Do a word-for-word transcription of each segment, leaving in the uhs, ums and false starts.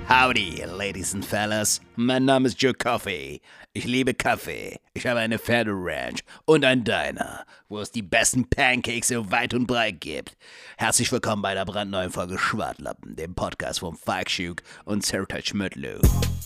Howdy, Ladies and Fellas. Mein Name ist Joe Coffey. Ich liebe Kaffee. Ich habe eine Pferderanch und ein Diner, wo es die besten Pancakes so weit und breit gibt. Herzlich willkommen bei der brandneuen Folge Schwartlappen, dem Podcast von Falk Schuck und Sertac Mütlu.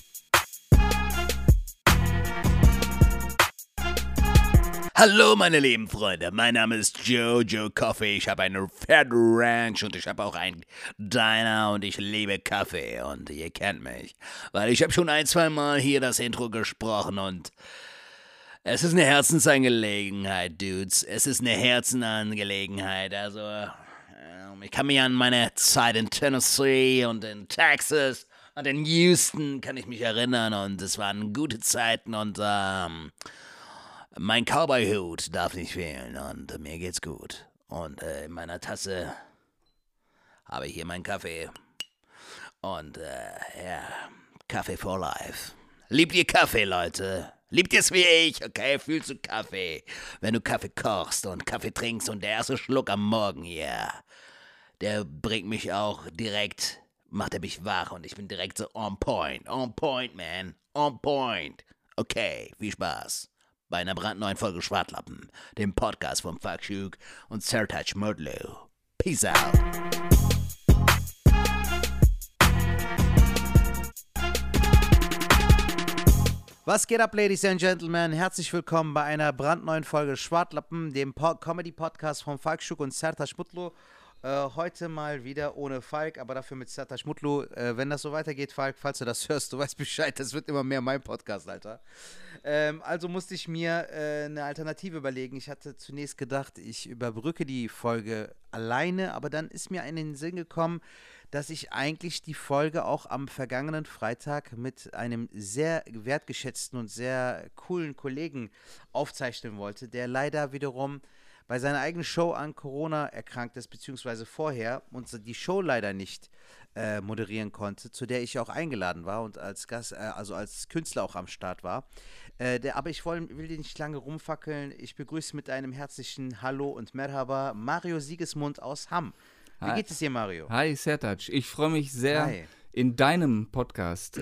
Hallo meine lieben Freunde, mein Name ist Joe, Joe Coffey, ich habe eine Pferderanch und ich habe auch einen Diner und ich liebe Kaffee und ihr kennt mich, weil ich habe schon ein, zwei Mal hier das Intro gesprochen und es ist eine Herzensangelegenheit, Dudes, es ist eine Herzensangelegenheit, also ähm, ich kann mich an meine Zeit in Tennessee und in Texas und in Houston kann ich mich erinnern und es waren gute Zeiten und ähm, mein Cowboy-Hut darf nicht fehlen und mir geht's gut. Und äh, in meiner Tasse habe ich hier meinen Kaffee. Und äh, ja, Kaffee for life. Liebt ihr Kaffee, Leute? Liebt ihr es wie ich? Okay, fühlst du Kaffee? Wenn du Kaffee kochst und Kaffee trinkst und der erste Schluck am Morgen, ja, yeah, der bringt mich auch direkt, macht er mich wach und ich bin direkt so on point. On point, man. On point. Okay, viel Spaß bei einer brandneuen Folge Schwartlappen, dem Podcast von Falk Schuck und Sertac Mütlu. Peace out. Was geht ab, Ladies and Gentlemen? Herzlich willkommen bei einer brandneuen Folge Schwartlappen, dem po- Comedy-Podcast von Falk Schuck und Sertac Mütlu. Äh, heute mal wieder ohne Falk, aber dafür mit Sertac Mütlu. Äh, wenn das so weitergeht, Falk, falls du das hörst, du weißt Bescheid, das wird immer mehr mein Podcast, Alter. Ähm, also musste ich mir äh, eine Alternative überlegen. Ich hatte zunächst gedacht, ich überbrücke die Folge alleine, aber dann ist mir in den Sinn gekommen, dass ich eigentlich die Folge auch am vergangenen Freitag mit einem sehr wertgeschätzten und sehr coolen Kollegen aufzeichnen wollte, der leider wiederum bei seiner eigenen Show an Corona erkrankt ist, beziehungsweise vorher und die Show leider nicht äh, moderieren konnte, zu der ich auch eingeladen war und als Gast, äh, also als Künstler auch am Start war. Äh, der, aber ich will, will nicht lange rumfackeln. Ich begrüße mit einem herzlichen Hallo und Merhaba Mario Siegesmund aus Hamm. Wie Hi. geht es dir, Mario? Hi, Sertac. Ich freue mich sehr, Hi. in deinem Podcast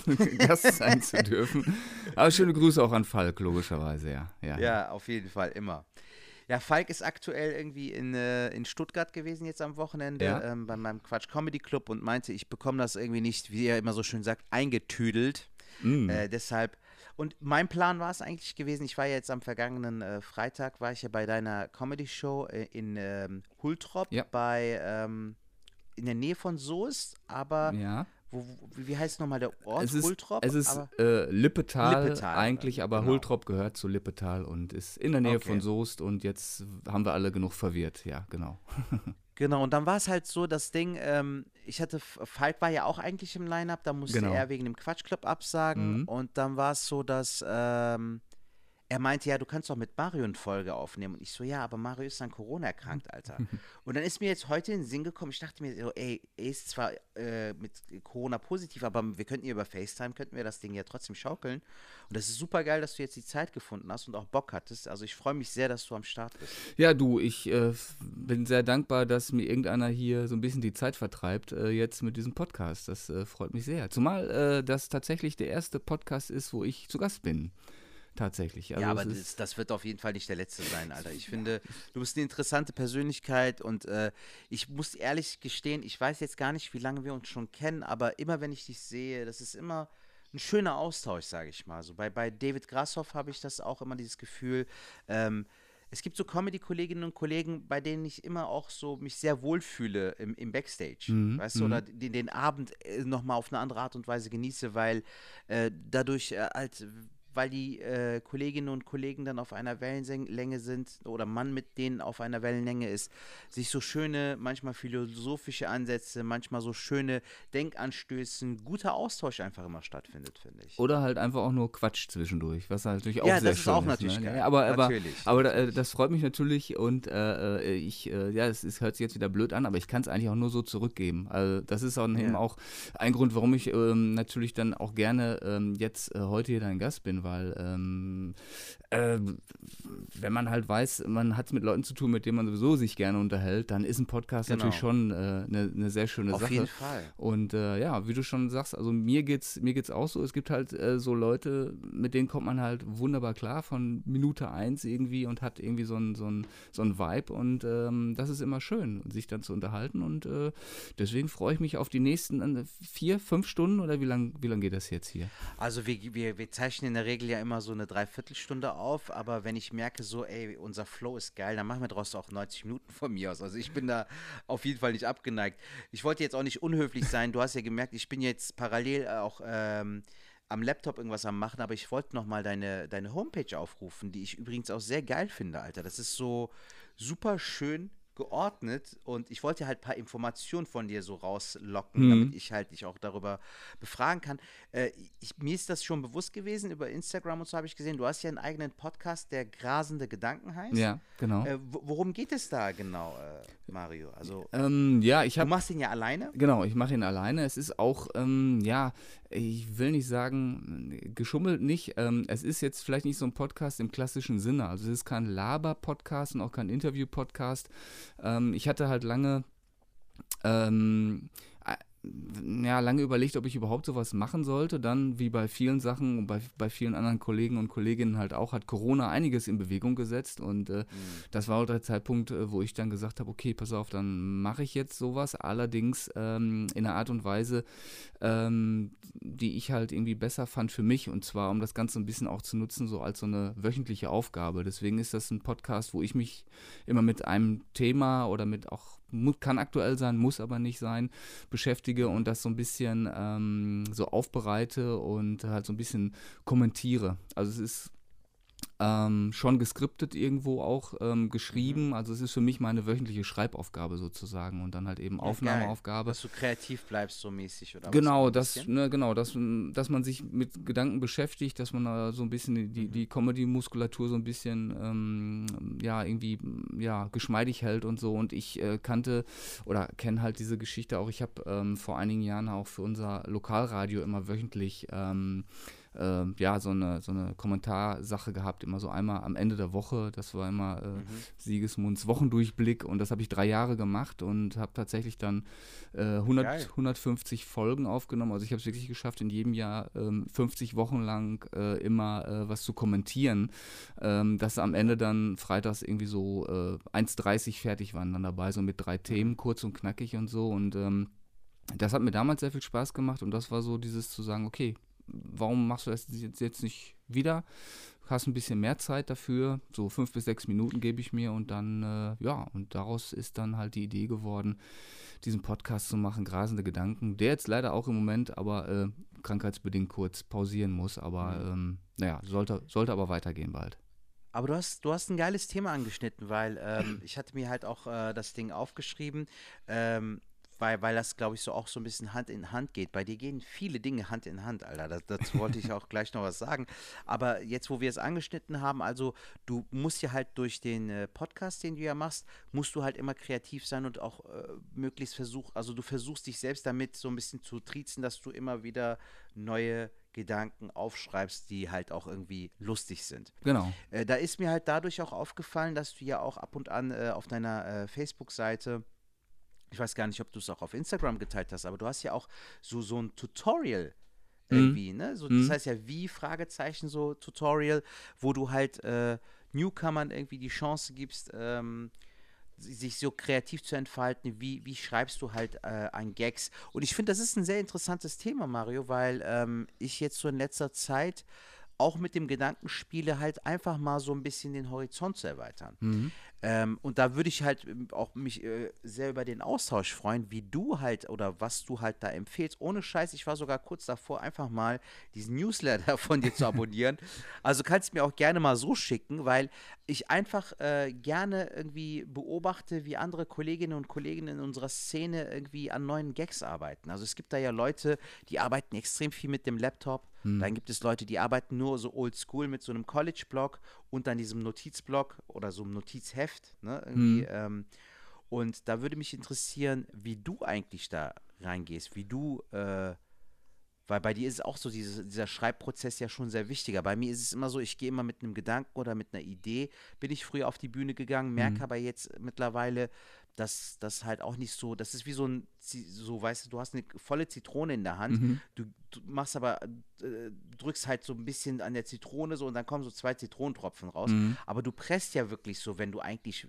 Gast sein zu dürfen. Aber schöne Grüße auch an Falk, logischerweise, ja. Ja, Ja, auf jeden Fall, immer. Ja, Falk ist aktuell irgendwie in, äh, in Stuttgart gewesen jetzt am Wochenende, Ja. ähm, bei meinem Quatsch Comedy Club und meinte, ich bekomme das irgendwie nicht, wie er immer so schön sagt, eingetüdelt. Mm. Äh, deshalb, und mein Plan war es eigentlich gewesen, ich war ja jetzt am vergangenen äh, Freitag, war ich ja bei deiner Comedy-Show äh, in ähm, Hultrop, Ja. bei, ähm, in der Nähe von Soest, aber, Ja. wo, wo, wie heißt nochmal der Ort? Es ist, Hultrop? es ist aber, äh, Lippetal, Lippetal, eigentlich, aber genau. Hultrop gehört zu Lippetal und ist in der Nähe Okay. von Soest und jetzt haben wir alle genug verwirrt. Ja, genau. Genau, und dann war es halt so, das Ding, ähm, ich hatte, Falk war ja auch eigentlich im Line-Up, da musste Genau. er wegen dem Quatschclub absagen Mhm. und dann war es so, dass ähm, er meinte, ja, du kannst doch mit Mario eine Folge aufnehmen. Und ich so, ja, aber Mario ist an Corona erkrankt, Alter. Und dann ist mir jetzt heute in den Sinn gekommen, ich dachte mir so, ey, er ist zwar äh, mit Corona positiv, aber wir könnten ja über FaceTime, könnten wir das Ding ja trotzdem schaukeln. Und das ist super geil, dass du jetzt die Zeit gefunden hast und auch Bock hattest. Also ich freue mich sehr, dass du am Start bist. Ja, du, ich äh, bin sehr dankbar, dass mir irgendeiner hier so ein bisschen die Zeit vertreibt, äh, jetzt mit diesem Podcast. Das äh, freut mich sehr. Zumal äh, das tatsächlich der erste Podcast ist, wo ich zu Gast bin. Tatsächlich. Also ja, aber es das, ist, das wird auf jeden Fall nicht der letzte sein, Alter. Ich finde, du bist eine interessante Persönlichkeit und äh, ich muss ehrlich gestehen, ich weiß jetzt gar nicht, wie lange wir uns schon kennen, aber immer wenn ich dich sehe, das ist immer ein schöner Austausch, sage ich mal. So bei, bei David Grashoff habe ich das auch immer dieses Gefühl, ähm, es gibt so Comedy-Kolleginnen und Kollegen, bei denen ich immer auch so mich sehr wohlfühle im, im Backstage, Mhm, weißt du, mhm. oder den, den Abend äh, nochmal auf eine andere Art und Weise genieße, weil äh, dadurch äh, halt, weil die äh, Kolleginnen und Kollegen dann auf einer Wellenlänge sind oder man mit denen auf einer Wellenlänge ist, sich so schöne, manchmal philosophische Ansätze, manchmal so schöne Denkanstöße, guter Austausch einfach immer stattfindet, finde ich. Oder halt einfach auch nur Quatsch zwischendurch, was halt natürlich auch Ja, sehr das ist schön auch ist. natürlich ne? geil. Ja, aber, aber, Natürlich, aber natürlich. äh, das freut mich natürlich und äh, äh, ich, äh, ja, es, es hört sich jetzt wieder blöd an, aber ich kann es eigentlich auch nur so zurückgeben. Also das ist auch eben Ja. auch ein Grund, warum ich ähm, natürlich dann auch gerne ähm, jetzt äh, heute hier dein Gast bin, weil ähm, äh, wenn man halt weiß, man hat es mit Leuten zu tun, mit denen man sowieso sich gerne unterhält, dann ist ein Podcast Genau. natürlich schon eine äh, ne, ne sehr schöne Auf Sache. jeden Fall. Und äh, ja, wie du schon sagst, also mir geht's, mir geht's auch so, es gibt halt äh, so Leute, mit denen kommt man halt wunderbar klar von Minute eins irgendwie und hat irgendwie so ein so ein, so ein Vibe und ähm, das ist immer schön, sich dann zu unterhalten und äh, deswegen freue ich mich auf die nächsten äh, vier, fünf Stunden oder wie lang, wie lang geht das jetzt hier? Also wir, wir, wir zeichnen in der Regel ja immer so eine Dreiviertelstunde auf, aber wenn ich merke so, ey, unser Flow ist geil, dann machen wir daraus auch neunzig Minuten von mir aus. Also ich bin da auf jeden Fall nicht abgeneigt. Ich wollte jetzt auch nicht unhöflich sein, du hast ja gemerkt, ich bin jetzt parallel auch ähm, am Laptop irgendwas am machen, aber ich wollte nochmal deine, deine Homepage aufrufen, die ich übrigens auch sehr geil finde, Alter. Das ist so super schön geordnet und ich wollte halt ein paar Informationen von dir so rauslocken, Mhm. damit ich halt dich auch darüber befragen kann. Äh, ich, mir ist das schon bewusst gewesen, über Instagram und so habe ich gesehen, du hast ja einen eigenen Podcast, der Grasende Gedanken heißt. Ja, genau. Äh, wo- worum geht es da genau, äh, Mario? Also, Ähm, ja, ich du habe machst ihn ja alleine? Genau, ich mache ihn alleine. Es ist auch, ähm, ja, ich will nicht sagen, geschummelt nicht. Ähm, es ist jetzt vielleicht nicht so ein Podcast im klassischen Sinne. Also es ist kein Laber-Podcast und auch kein Interview-Podcast. Ähm, ich hatte halt lange, ähm, äh, ja, lange überlegt, ob ich überhaupt sowas machen sollte. Dann, wie bei vielen Sachen und bei, bei vielen anderen Kollegen und Kolleginnen halt auch, hat Corona einiges in Bewegung gesetzt. Und äh, das war auch der Zeitpunkt, äh, wo ich dann gesagt habe, okay, pass auf, dann mache ich jetzt sowas. Allerdings ähm, in einer Art und Weise, ähm, die ich halt irgendwie besser fand für mich. Und zwar, um das Ganze ein bisschen auch zu nutzen, so als so eine wöchentliche Aufgabe. Deswegen ist das ein Podcast, wo ich mich immer mit einem Thema oder mit auch, mu- kann aktuell sein, muss aber nicht sein, beschäftige und das so ein bisschen ähm, so aufbereite und halt so ein bisschen kommentiere. Also es ist ähm, schon geskriptet irgendwo auch ähm, geschrieben. Also es ist für mich meine wöchentliche Schreibaufgabe sozusagen und dann halt eben Ja, Aufnahmeaufgabe. Dass du kreativ bleibst, so mäßig, oder was? Genau, So ein das, bisschen? ne, genau, dass, m, dass man sich mit Gedanken beschäftigt, dass man da so ein bisschen die, die, die Comedy-Muskulatur so ein bisschen, ähm, ja, irgendwie, m, ja, geschmeidig hält und so. Und ich äh, kannte oder kenne halt diese Geschichte auch. Ich habe ähm, vor einigen Jahren auch für unser Lokalradio immer wöchentlich, ähm, äh, ja, so eine, so eine Kommentarsache gehabt, immer so einmal am Ende der Woche. Das war immer äh, Siegesmunds Wochendurchblick und das habe ich drei Jahre gemacht und habe tatsächlich dann äh, hundert, Geil. hundertfünfzig Folgen aufgenommen. Also ich habe es wirklich geschafft, in jedem Jahr ähm, fünfzig Wochen lang äh, immer äh, was zu kommentieren, ähm, dass am Ende dann freitags irgendwie so äh, eins dreißig fertig waren dann dabei, so mit drei Themen, kurz und knackig und so. Und ähm, das hat mir damals sehr viel Spaß gemacht und das war so dieses zu sagen, okay, warum machst du das jetzt, jetzt nicht wieder? Hast ein bisschen mehr Zeit dafür, so fünf bis sechs Minuten gebe ich mir und dann, äh, ja, und daraus ist dann halt die Idee geworden, diesen Podcast zu machen, Grasende Gedanken, der jetzt leider auch im Moment aber äh, krankheitsbedingt kurz pausieren muss, aber ähm, naja, sollte, sollte aber weitergehen bald. Aber du hast, du hast ein geiles Thema angeschnitten, weil ähm, ich hatte mir halt auch äh, das Ding aufgeschrieben, ähm, weil, weil das, glaube ich, so auch so ein bisschen Hand in Hand geht. Bei dir gehen viele Dinge Hand in Hand, Alter. Das, dazu wollte ich auch gleich noch was sagen. Aber jetzt, wo wir es angeschnitten haben, also du musst ja halt durch den äh, Podcast, den du ja machst, musst du halt immer kreativ sein und auch äh, möglichst versuch, also du versuchst dich selbst damit so ein bisschen zu triezen, dass du immer wieder neue Gedanken aufschreibst, die halt auch irgendwie lustig sind. Genau. Äh, da ist mir halt dadurch auch aufgefallen, dass du ja auch ab und an äh, auf deiner äh, Facebook-Seite, ich weiß gar nicht, ob du es auch auf Instagram geteilt hast, aber du hast ja auch so, so ein Tutorial irgendwie, ne? So, das Mhm. heißt ja wie, Fragezeichen, so Tutorial, wo du halt äh, Newcomern irgendwie die Chance gibst, ähm, si- sich so kreativ zu entfalten, wie, wie schreibst du halt äh, ein Gags. Und ich finde, das ist ein sehr interessantes Thema, Mario, weil ähm, ich jetzt so in letzter Zeit auch mit dem Gedanken spiele, halt einfach mal so ein bisschen den Horizont zu erweitern. Mhm. Ähm, und da würde ich halt ähm, auch mich äh, sehr über den Austausch freuen, wie du halt oder was du halt da empfehlst. Ohne Scheiß, ich war sogar kurz davor, einfach mal diesen Newsletter von dir zu abonnieren. Also kannst du mir auch gerne mal so schicken, weil ich einfach äh, gerne irgendwie beobachte, wie andere Kolleginnen und Kollegen in unserer Szene irgendwie an neuen Gags arbeiten. Also es gibt da ja Leute, die arbeiten extrem viel mit dem Laptop. Dann gibt es Leute, die arbeiten nur so oldschool mit so einem College-Blog und dann diesem Notizblock oder so einem Notizheft, ne, irgendwie. Mhm. Ähm, und da würde mich interessieren, wie du eigentlich da reingehst, wie du, äh, Weil bei dir ist es auch so, diese, dieser Schreibprozess ja schon sehr wichtiger. Bei mir ist es immer so, ich gehe immer mit einem Gedanken oder mit einer Idee, bin ich früher auf die Bühne gegangen, merke Mhm. aber jetzt mittlerweile, dass das halt auch nicht so, das ist wie so ein, Zi- so weißt du, du hast eine volle Zitrone in der Hand, Mhm. du, du machst aber, äh, drückst halt so ein bisschen an der Zitrone so und dann kommen so zwei Zitronentropfen raus. Mhm. Aber du presst ja wirklich so, wenn du eigentlich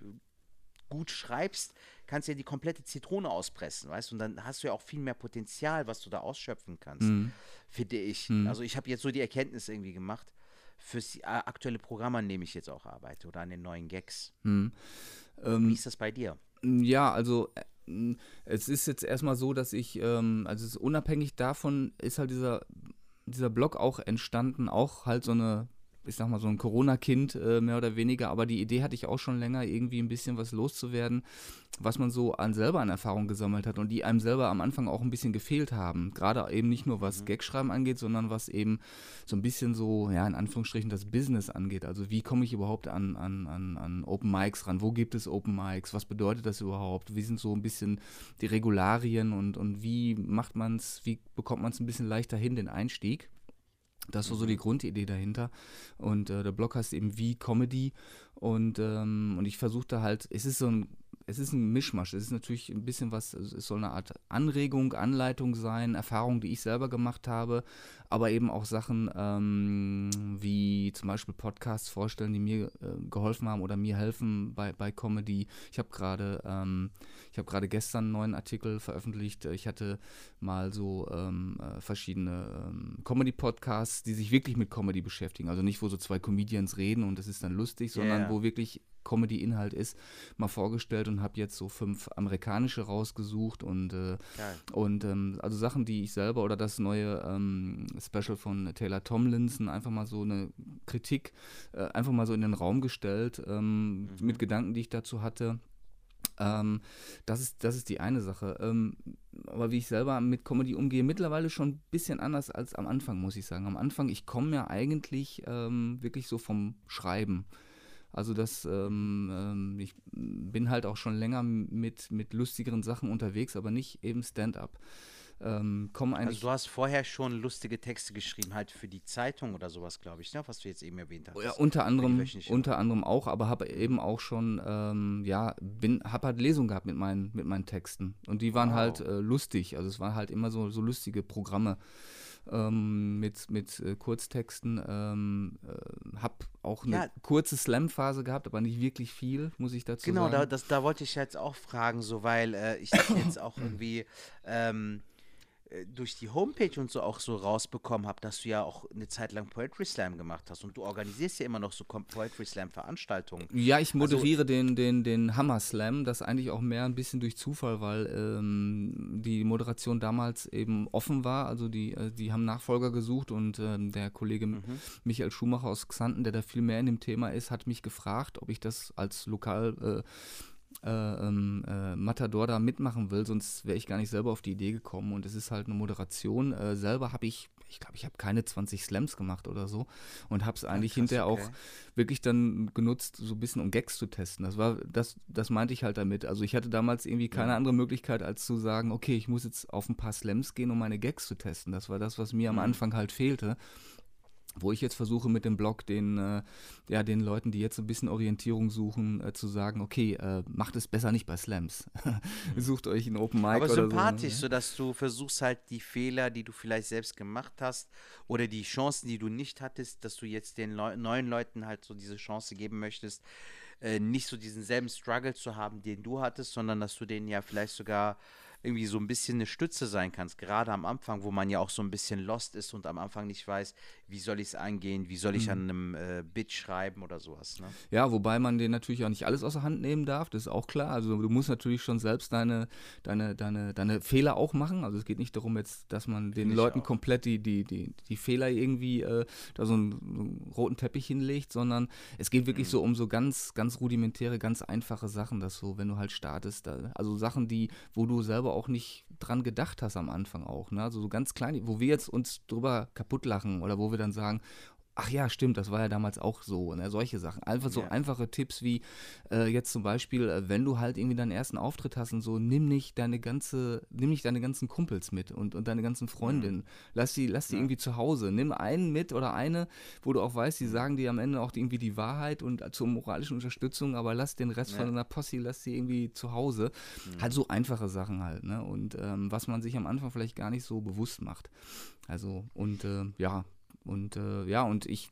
gut schreibst, kannst du ja die komplette Zitrone auspressen, weißt du? Und dann hast du ja auch viel mehr Potenzial, was du da ausschöpfen kannst, Mhm. finde ich. Mhm. Also ich habe jetzt so die Erkenntnis irgendwie gemacht, fürs äh, aktuelle Programm, an dem ich jetzt auch arbeite oder an den neuen Gags. Mhm. Wie Ähm, ist das bei dir? Ja, also äh, m, es ist jetzt erstmal so, dass ich, ähm, also es ist unabhängig davon, ist halt dieser, dieser Blog auch entstanden, auch halt so eine, ich sag mal, so ein Corona-Kind, äh, mehr oder weniger, aber die Idee hatte ich auch schon länger, irgendwie ein bisschen was loszuwerden, was man so an selber an Erfahrung gesammelt hat und die einem selber am Anfang auch ein bisschen gefehlt haben. Gerade eben nicht nur was Mhm. Gagschreiben angeht, sondern was eben so ein bisschen so, ja, in Anführungsstrichen das Business angeht. Also wie komme ich überhaupt an, an, an, an Open Mics ran? Wo gibt es Open Mics? Was bedeutet das überhaupt? Wie sind so ein bisschen die Regularien und, und wie macht man es, wie bekommt man es ein bisschen leichter hin, den Einstieg? Das war so die Mhm. Grundidee dahinter. Und äh, der Blog heißt eben wie Comedy. Und, ähm, und ich versuchte halt, es ist so ein, es ist ein Mischmasch. Es ist natürlich ein bisschen was, also es soll eine Art Anregung, Anleitung sein, Erfahrungen, die ich selber gemacht habe, aber eben auch Sachen ähm, wie zum Beispiel Podcasts vorstellen, die mir äh, geholfen haben oder mir helfen bei, bei Comedy. Ich habe gerade ähm, ich habe gerade gestern einen neuen Artikel veröffentlicht. Ich hatte mal so ähm, äh, verschiedene ähm, Comedy-Podcasts, die sich wirklich mit Comedy beschäftigen. Also nicht, wo so zwei Comedians reden und das ist dann lustig, Ja, sondern ja, wo wirklich Comedy-Inhalt ist, mal vorgestellt und habe jetzt so fünf amerikanische rausgesucht und, äh, geil. und ähm, also Sachen, die ich selber oder das neue ähm, Special von Taylor Tomlinson, einfach mal so eine Kritik, äh, einfach mal so in den Raum gestellt, ähm, mit Mhm. Gedanken, die ich dazu hatte. Ähm, das ist, das ist die eine Sache. Ähm, aber wie ich selber mit Comedy umgehe, mittlerweile schon ein bisschen anders als am Anfang, muss ich sagen. Am Anfang, ich komme ja eigentlich ähm, wirklich so vom Schreiben. Also das, Mhm. ähm, ähm, ich bin halt auch schon länger mit, mit lustigeren Sachen unterwegs, aber nicht eben Stand-up. Ähm, komme Also du eigentlich hast vorher schon lustige Texte geschrieben, halt für die Zeitung oder sowas, glaube ich, ne? Was du jetzt eben erwähnt ja, hattest. unter Für die anderem, wöchentliche. unter anderem auch, aber habe Mhm. eben auch schon, ähm, ja, bin, habe halt Lesungen gehabt mit meinen, mit meinen Texten. Und die waren halt Wow. äh, lustig. Also es waren halt immer so, so lustige Programme ähm, mit, mit äh, Kurztexten. Ähm, äh, hab auch eine Ja, kurze Slam-Phase gehabt, aber nicht wirklich viel, muss ich dazu genau, da, sagen. das, da wollte ich jetzt auch fragen, so, weil äh, ich das jetzt auch irgendwie ähm, äh, durch die Homepage und so auch so rausbekommen habe, dass du ja auch eine Zeit lang Poetry Slam gemacht hast und du organisierst ja immer noch so Kom- Poetry Slam Veranstaltungen. Ja, ich Also, moderiere den, den, den Hammer Slam, das eigentlich auch mehr ein bisschen durch Zufall, weil ähm, die Moderation damals eben offen war. Also die, äh, die haben Nachfolger gesucht und ähm, der Kollege M- mhm, Michael Schumacher aus Xanten, der da viel mehr in dem Thema ist, hat mich gefragt, ob ich das als Lokal äh, äh, ähm, äh, Matador da mitmachen will, sonst wäre ich gar nicht selber auf die Idee gekommen. Und es ist halt eine Moderation. Äh, selber habe ich, ich glaube, ich habe keine zwanzig Slams gemacht oder so und habe es ah, eigentlich krass, hinterher auch okay. wirklich dann genutzt, so ein bisschen um Gags zu testen. Das war, das, das meinte ich halt damit. Also ich hatte damals irgendwie keine Mhm. andere Möglichkeit, als zu sagen, okay, ich muss jetzt auf ein paar Slams gehen, um meine Gags zu testen. Das war das, was mir am Mhm. Anfang halt fehlte. Wo ich jetzt versuche mit dem Blog den, äh, ja, den Leuten, die jetzt so ein bisschen Orientierung suchen, äh, zu sagen, okay, äh, macht es besser nicht bei Slams. Mhm. Sucht euch einen Open Mic Aber oder so. sympathisch, Ne? sodass du versuchst halt die Fehler, die du vielleicht selbst gemacht hast oder die Chancen, die du nicht hattest, dass du jetzt den Leu neuen Leuten halt so diese Chance geben möchtest, äh, nicht so diesen selben Struggle zu haben, den du hattest, sondern dass du denen ja vielleicht sogar irgendwie so ein bisschen eine Stütze sein kannst, gerade am Anfang, wo man ja auch so ein bisschen lost ist und am Anfang nicht weiß, wie soll ich es angehen, wie soll ich Mhm. an einem äh, Bit schreiben oder sowas, ne? Ja, wobei man den natürlich auch nicht alles außer Hand nehmen darf, das ist auch klar. Also du musst natürlich schon selbst deine, deine, deine, deine Fehler auch machen. Also es geht nicht darum jetzt, dass man den Finde ich Leuten auch. komplett die, die, die, die Fehler irgendwie äh, da so einen, so einen roten Teppich hinlegt, sondern es geht wirklich Mhm. so um so ganz, ganz rudimentäre, ganz einfache Sachen, dass so, wenn du halt startest, da, also Sachen, die, wo du selber auch nicht dran gedacht hast am Anfang auch, ne? Also so ganz klein, wo wir jetzt uns drüber kaputt lachen oder wo wir dann sagen, Ach ja, stimmt, das war ja damals auch so, ne? Solche Sachen. Einfach so Ja. einfache Tipps wie äh, jetzt zum Beispiel, äh, wenn du halt irgendwie deinen ersten Auftritt hast und so, nimm nicht deine ganze, nimm nicht deine ganzen Kumpels mit und, und deine ganzen Freundinnen. Lass die, lass die Ja. irgendwie zu Hause. Nimm einen mit oder eine, wo du auch weißt, die sagen dir am Ende auch irgendwie die Wahrheit und äh, zur moralischen Unterstützung, aber lass den Rest Ja. von deiner Posse, lass die irgendwie zu Hause. Halt so einfache Sachen halt, ne? Und ähm, was man sich am Anfang vielleicht gar nicht so bewusst macht. Also, und äh, ja, und äh, ja, und ich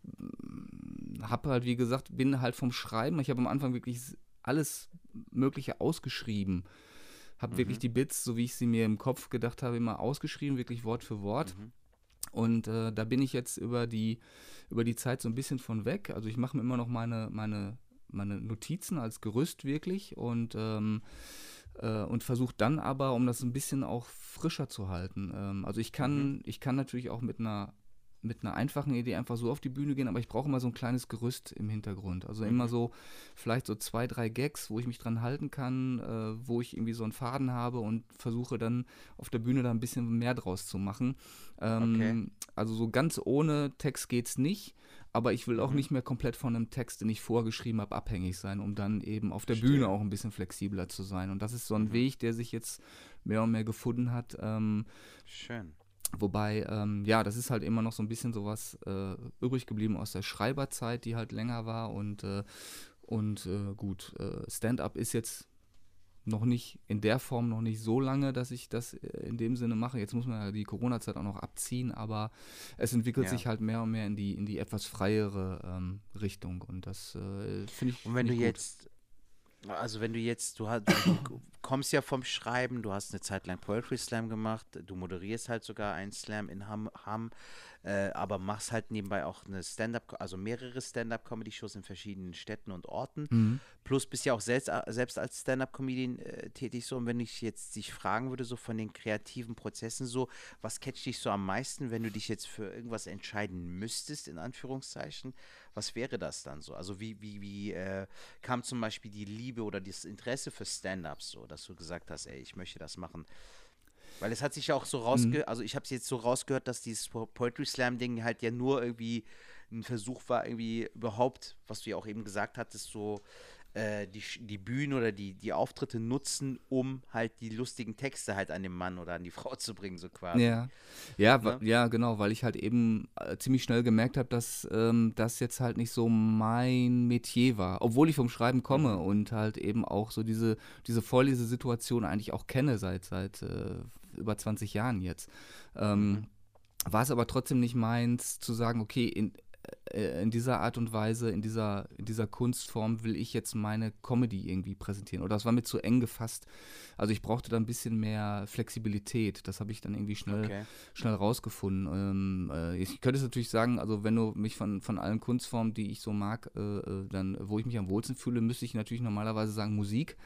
habe halt, wie gesagt, bin halt vom Schreiben, ich habe am Anfang wirklich s- alles Mögliche ausgeschrieben. Habe Mhm. wirklich die Bits, so wie ich sie mir im Kopf gedacht habe, immer ausgeschrieben, wirklich Wort für Wort. Mhm. Und äh, da bin ich jetzt über die, über die Zeit so ein bisschen von weg. Also ich mache mir immer noch meine, meine, meine Notizen als Gerüst wirklich und, ähm, äh, und versuche dann aber, um das ein bisschen auch frischer zu halten. Ähm, also ich kann, ich kann natürlich auch mit einer mit einer einfachen Idee einfach so auf die Bühne gehen, aber ich brauche immer so ein kleines Gerüst im Hintergrund. Also immer Mhm. so, vielleicht so zwei, drei Gags, wo ich mich dran halten kann, äh, wo ich irgendwie so einen Faden habe und versuche dann auf der Bühne da ein bisschen mehr draus zu machen. Ähm, Okay. Also so ganz ohne Text geht's nicht, aber ich will auch Mhm. nicht mehr komplett von einem Text, den ich vorgeschrieben habe, abhängig sein, um dann eben auf der Verstehe. Bühne auch ein bisschen flexibler zu sein. Und das ist so ein Mhm. Weg, der sich jetzt mehr und mehr gefunden hat. Ähm, Schön. Wobei, ähm, ja, das ist halt immer noch so ein bisschen sowas äh, übrig geblieben aus der Schreiberzeit, die halt länger war. Und, äh, und äh, gut, äh, Stand-up ist jetzt noch nicht in der Form noch nicht so lange, dass ich das äh, in dem Sinne mache. Jetzt muss man ja die Corona-Zeit auch noch abziehen, aber es entwickelt Ja. sich halt mehr und mehr in die, in die etwas freiere ähm, Richtung. Und das äh, finde ich, Und wenn find du ich gut. jetzt, also wenn du jetzt, du, hast, du kommst ja vom Schreiben, du hast eine Zeit lang Poetry Slam gemacht, du moderierst halt sogar einen Slam in Hamm, Hamm äh, aber machst halt nebenbei auch eine Stand-up, also mehrere Stand-up-Comedy-Shows in verschiedenen Städten und Orten. Mhm. Plus bist ja auch selbst, selbst als Stand-up-Comedian äh, tätig so. Und wenn ich jetzt dich fragen würde, so von den kreativen Prozessen so, was catcht dich so am meisten, wenn du dich jetzt für irgendwas entscheiden müsstest, in Anführungszeichen? Was wäre das dann so? Also wie, wie, wie äh, kam zum Beispiel die Liebe oder das Interesse für Stand-up so, dass du gesagt hast, ey, ich möchte das machen? Weil es hat sich ja auch so Mhm. rausge... Also ich habe es jetzt so rausgehört, dass dieses Po- Poetry Slam-Ding halt ja nur irgendwie ein Versuch war, irgendwie überhaupt, was du ja auch eben gesagt hattest, so äh, die, Sch- die Bühnen oder die, die Auftritte nutzen, um halt die lustigen Texte halt an den Mann oder an die Frau zu bringen, so quasi. Ja, ja, wa- Ne? ja, genau, weil ich halt eben äh, ziemlich schnell gemerkt habe, dass ähm, das jetzt halt nicht so mein Metier war, obwohl ich vom Schreiben komme Mhm. und halt eben auch so diese, diese Vorlesesituation eigentlich auch kenne seit, seit äh, über zwanzig Jahren jetzt. Mhm. Ähm, War es aber trotzdem nicht meins zu sagen, okay, in, äh, in dieser Art und Weise, in dieser, in dieser Kunstform will ich jetzt meine Comedy irgendwie präsentieren. Oder es war mir zu eng gefasst. Also ich brauchte da ein bisschen mehr Flexibilität. Das habe ich dann irgendwie schnell, Okay. schnell rausgefunden. Ähm, äh, ich könnte es natürlich sagen, also wenn du mich von, von allen Kunstformen, die ich so mag, äh, äh, dann, wo ich mich am wohlsten fühle, müsste ich natürlich normalerweise sagen Musik.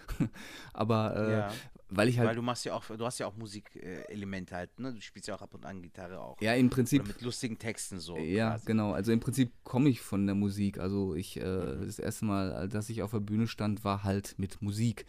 Aber äh, Ja. weil ich halt, Weil du machst ja auch, du hast ja auch Musikelemente halt, ne? Du spielst ja auch ab und an Gitarre auch. ja, im Oder Prinzip. mit lustigen Texten so Ja, quasi. genau. Also im Prinzip komme ich von der Musik. Also ich, äh, Mhm. das erste Mal, dass ich auf der Bühne stand, war halt mit Musik.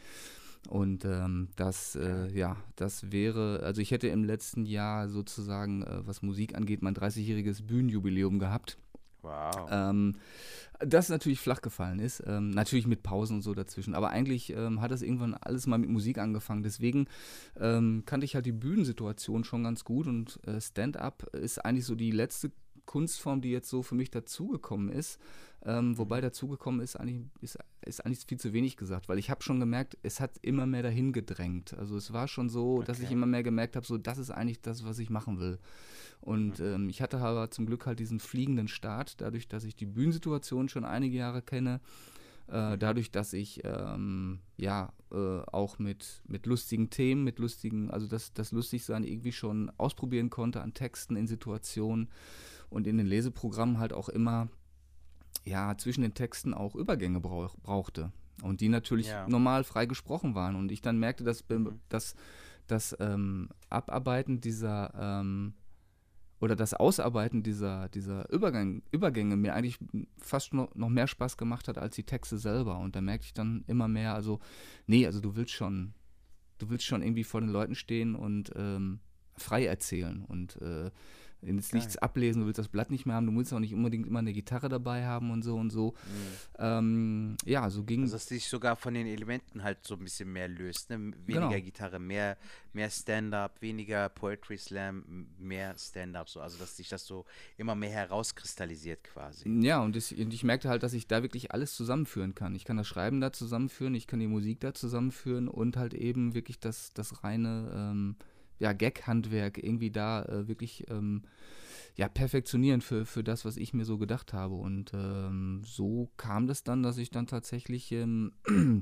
Und ähm, das, äh, Okay. ja, das wäre, also ich hätte im letzten Jahr sozusagen, äh, was Musik angeht, mein dreißigjähriges Bühnenjubiläum gehabt. Wow. Ähm, Das natürlich flach gefallen ist, ähm, natürlich mit Pausen und so dazwischen, aber eigentlich ähm, hat das irgendwann alles mal mit Musik angefangen, deswegen ähm, kannte ich halt die Bühnensituation schon ganz gut und äh, Stand-up ist eigentlich so die letzte Kunstform, die jetzt so für mich dazugekommen ist, ähm, wobei Mhm. dazugekommen ist eigentlich, ist, ist eigentlich viel zu wenig gesagt, weil ich habe schon gemerkt, es hat immer mehr dahin gedrängt, also es war schon so, dass ich Okay. immer mehr gemerkt habe, so das ist eigentlich das, was ich machen will. Und Mhm. ähm, ich hatte aber zum Glück halt diesen fliegenden Start, dadurch, dass ich die Bühnensituation schon einige Jahre kenne, äh, Mhm. dadurch, dass ich ähm, ja äh, auch mit, mit lustigen Themen, mit lustigen, also das, das Lustigsein irgendwie schon ausprobieren konnte an Texten, in Situationen und in den Leseprogrammen halt auch immer ja zwischen den Texten auch Übergänge brauch, brauchte. Und die natürlich Ja. normal frei gesprochen waren. Und ich dann merkte, dass Mhm. das, das ähm, Abarbeiten dieser ähm, oder das Ausarbeiten dieser, dieser Übergang, Übergänge mir eigentlich fast noch, noch mehr Spaß gemacht hat als die Texte selber. Und da merkte ich dann immer mehr, also, nee, also du willst schon, du willst schon irgendwie vor den Leuten stehen und ähm, frei erzählen und äh, Wenn du jetzt nichts ablesen, du willst das Blatt nicht mehr haben, du musst auch nicht unbedingt immer eine Gitarre dabei haben und so und so. Mhm. Ähm, ja, so ging Also, dass dich sogar von den Elementen halt so ein bisschen mehr löst, ne? Weniger genau. Gitarre, mehr, mehr Stand-Up, weniger Poetry Slam, mehr Stand-Up, so. Also, dass sich das so immer mehr herauskristallisiert quasi. Ja, und, das, und ich merkte halt, dass ich da wirklich alles zusammenführen kann. Ich kann das Schreiben da zusammenführen, ich kann die Musik da zusammenführen und halt eben wirklich das, das reine ähm, ja, Gag-Handwerk irgendwie da äh, wirklich ähm, ja, perfektionieren für, für das, was ich mir so gedacht habe. Und ähm, so kam das dann, dass ich dann tatsächlich ähm,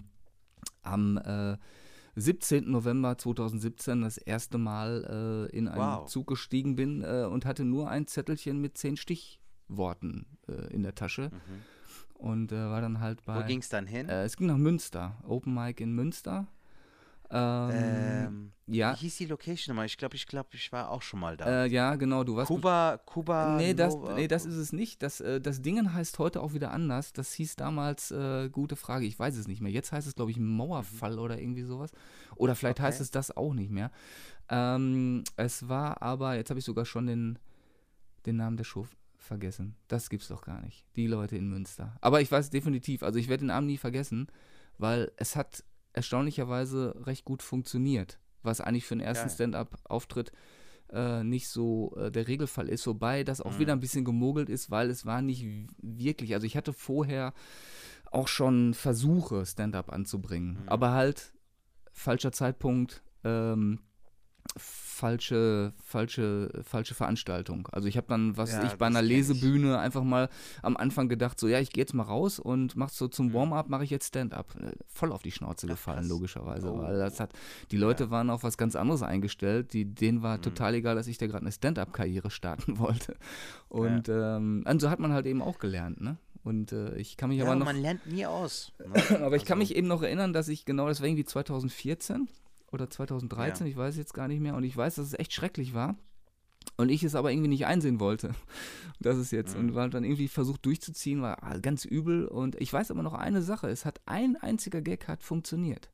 am äh, siebzehnten November zweitausendsiebzehn das erste Mal äh, in einen wow. Zug gestiegen bin äh, und hatte nur ein Zettelchen mit zehn Stichworten äh, in der Tasche. Mhm. Und äh, war dann halt bei... Wo ging es dann hin? Äh, es ging nach Münster, Open Mic in Münster. Ähm, ähm, ja. Wie hieß die Location nochmal? Ich glaube, ich glaube, ich war auch schon mal da. Äh, ja, genau, du warst. Kuba, Kuba. Nee, das, nee, das ist es nicht. Das, äh, das Dingen heißt heute auch wieder anders. Das hieß damals, äh, gute Frage, ich weiß es nicht mehr. Jetzt heißt es, glaube ich, Mauerfall mhm. oder irgendwie sowas. Oder vielleicht okay. heißt es das auch nicht mehr. Ähm, es war aber, jetzt habe ich sogar schon den, den Namen der Show vergessen. Das gibt's doch gar nicht. Die Leute in Münster. Aber ich weiß definitiv, also ich werde den Namen nie vergessen, weil es hat erstaunlicherweise recht gut funktioniert, was eigentlich für einen ersten Geil. Stand-up-Auftritt äh, nicht so äh, der Regelfall ist, wobei das auch mhm. wieder ein bisschen gemogelt ist, weil es war nicht wirklich, also ich hatte vorher auch schon Versuche, Stand-up anzubringen, mhm. aber halt falscher Zeitpunkt, ähm, falsche, falsche, falsche Veranstaltung. Also ich habe dann, was ja, ich bei einer Lesebühne ich. einfach mal am Anfang gedacht, so ja, ich gehe jetzt mal raus und mach so zum mhm. Warm-up, mache ich jetzt Stand-up. Voll auf die Schnauze Ach, gefallen, krass. logischerweise, oh. weil das hat, die Leute ja. waren auf was ganz anderes eingestellt, die, denen war mhm. total egal, dass ich da gerade eine Stand-up-Karriere starten wollte. Und ja. ähm, und so hat man halt eben auch gelernt, ne? Und äh, ich kann mich ja, aber noch... man lernt nie aus. Ne? aber ich also. kann mich eben noch erinnern, dass ich genau, das war irgendwie zweitausendvierzehn oder zweitausenddreizehn, ja. ich weiß jetzt gar nicht mehr. Und ich weiß, dass es echt schrecklich war. Und ich es aber irgendwie nicht einsehen wollte. Das ist jetzt. Mhm. Und war dann irgendwie versucht durchzuziehen, war ganz übel. Und ich weiß aber noch eine Sache. Es hat ein einziger Gag hat funktioniert.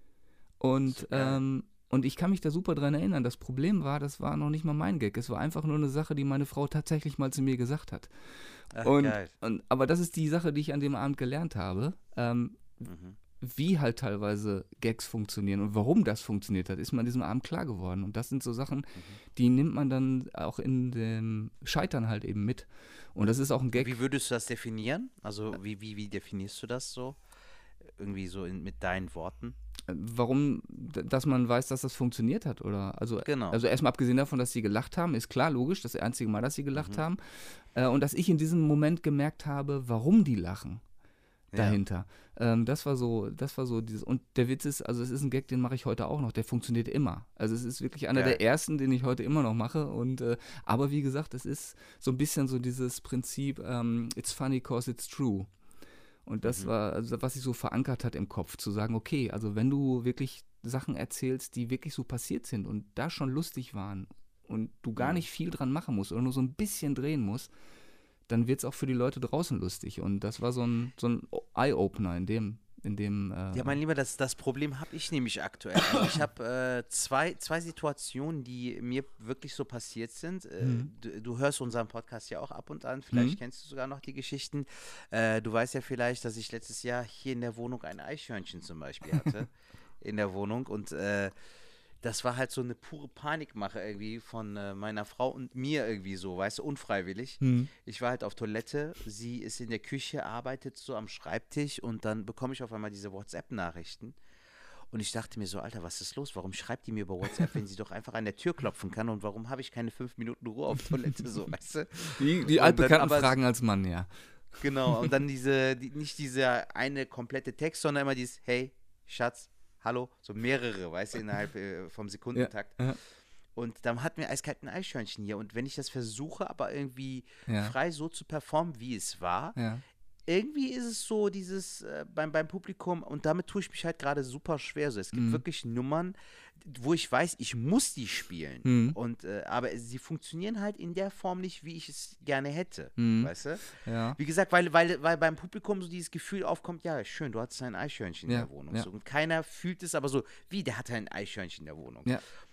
Und, ähm, und ich kann mich da super dran erinnern. Das Problem war, das war noch nicht mal mein Gag. Es war einfach nur eine Sache, die meine Frau tatsächlich mal zu mir gesagt hat. Ach, und, geil. Und, aber das ist die Sache, die ich an dem Abend gelernt habe. Ähm, mhm. Wie halt teilweise Gags funktionieren und warum das funktioniert hat, ist mir an diesem Abend klar geworden. Und das sind so Sachen, mhm. die nimmt man dann auch in dem Scheitern halt eben mit. Und das ist auch ein Gag. Wie würdest du das definieren? Also wie, wie, wie definierst du das so? Irgendwie so in, mit deinen Worten? Warum, dass man weiß, dass das funktioniert hat, oder? Also, genau. also erstmal abgesehen davon, dass sie gelacht haben, ist klar, logisch, das einzige Mal, dass sie gelacht mhm. haben. Äh, und dass ich in diesem Moment gemerkt habe, warum die lachen. Dahinter. Ja. Ähm, das war so, das war so dieses, und der Witz ist, also es ist ein Gag, den mache ich heute auch noch, der funktioniert immer. Also es ist wirklich einer ja. der ersten, den ich heute immer noch mache. Und äh, aber wie gesagt, es ist so ein bisschen so dieses Prinzip, ähm, it's funny cause it's true. Und das mhm. war, also was sich so verankert hat im Kopf, zu sagen, okay, also wenn du wirklich Sachen erzählst, die wirklich so passiert sind und da schon lustig waren und du gar mhm. nicht viel dran machen musst oder nur so ein bisschen drehen musst, dann wird es auch für die Leute draußen lustig. Und das war so ein, so ein Eye-Opener in dem, in dem äh Ja, mein Lieber, das, das Problem habe ich nämlich aktuell. Also ich habe äh, zwei, zwei Situationen, die mir wirklich so passiert sind. Äh, mhm. du, du hörst unseren Podcast ja auch ab und an, vielleicht mhm. kennst du sogar noch die Geschichten. Äh, du weißt ja vielleicht, dass ich letztes Jahr hier in der Wohnung ein Eichhörnchen zum Beispiel hatte. in der Wohnung und äh, das war halt so eine pure Panikmache irgendwie von äh, meiner Frau und mir irgendwie so, weißt du, unfreiwillig. Mhm. Ich war halt auf Toilette, sie ist in der Küche, arbeitet so am Schreibtisch und dann bekomme ich auf einmal diese WhatsApp-Nachrichten. Und ich dachte mir so, Alter, was ist los? Warum schreibt die mir über WhatsApp, wenn sie doch einfach an der Tür klopfen kann? Und warum habe ich keine fünf Minuten Ruhe auf Toilette, so, weißt du? Die, die altbekannten Fragen als Mann, ja. Genau, und dann diese, die, nicht dieser eine komplette Text, sondern immer dieses, hey, Schatz, hallo, so mehrere, weißt du, innerhalb äh, vom Sekundentakt. Ja, ja. Und dann hatten wir eiskalt ein Eichhörnchen hier. Und wenn ich das versuche, aber irgendwie ja. frei so zu performen, wie es war, ja. irgendwie ist es so dieses äh, beim, beim Publikum, und damit tue ich mich halt gerade super schwer. So, es gibt mhm. wirklich Nummern, wo ich weiß, ich muss die spielen. Mhm. Und, äh, aber sie funktionieren halt in der Form nicht, wie ich es gerne hätte. Mhm. Weißt du? Ja. Wie gesagt, weil, weil, weil beim Publikum so dieses Gefühl aufkommt, ja, schön, du hattest ein Eichhörnchen ja. in der Wohnung. Ja. So. Und keiner fühlt es aber so, wie, der hatte ein Eichhörnchen in der Wohnung. Ja.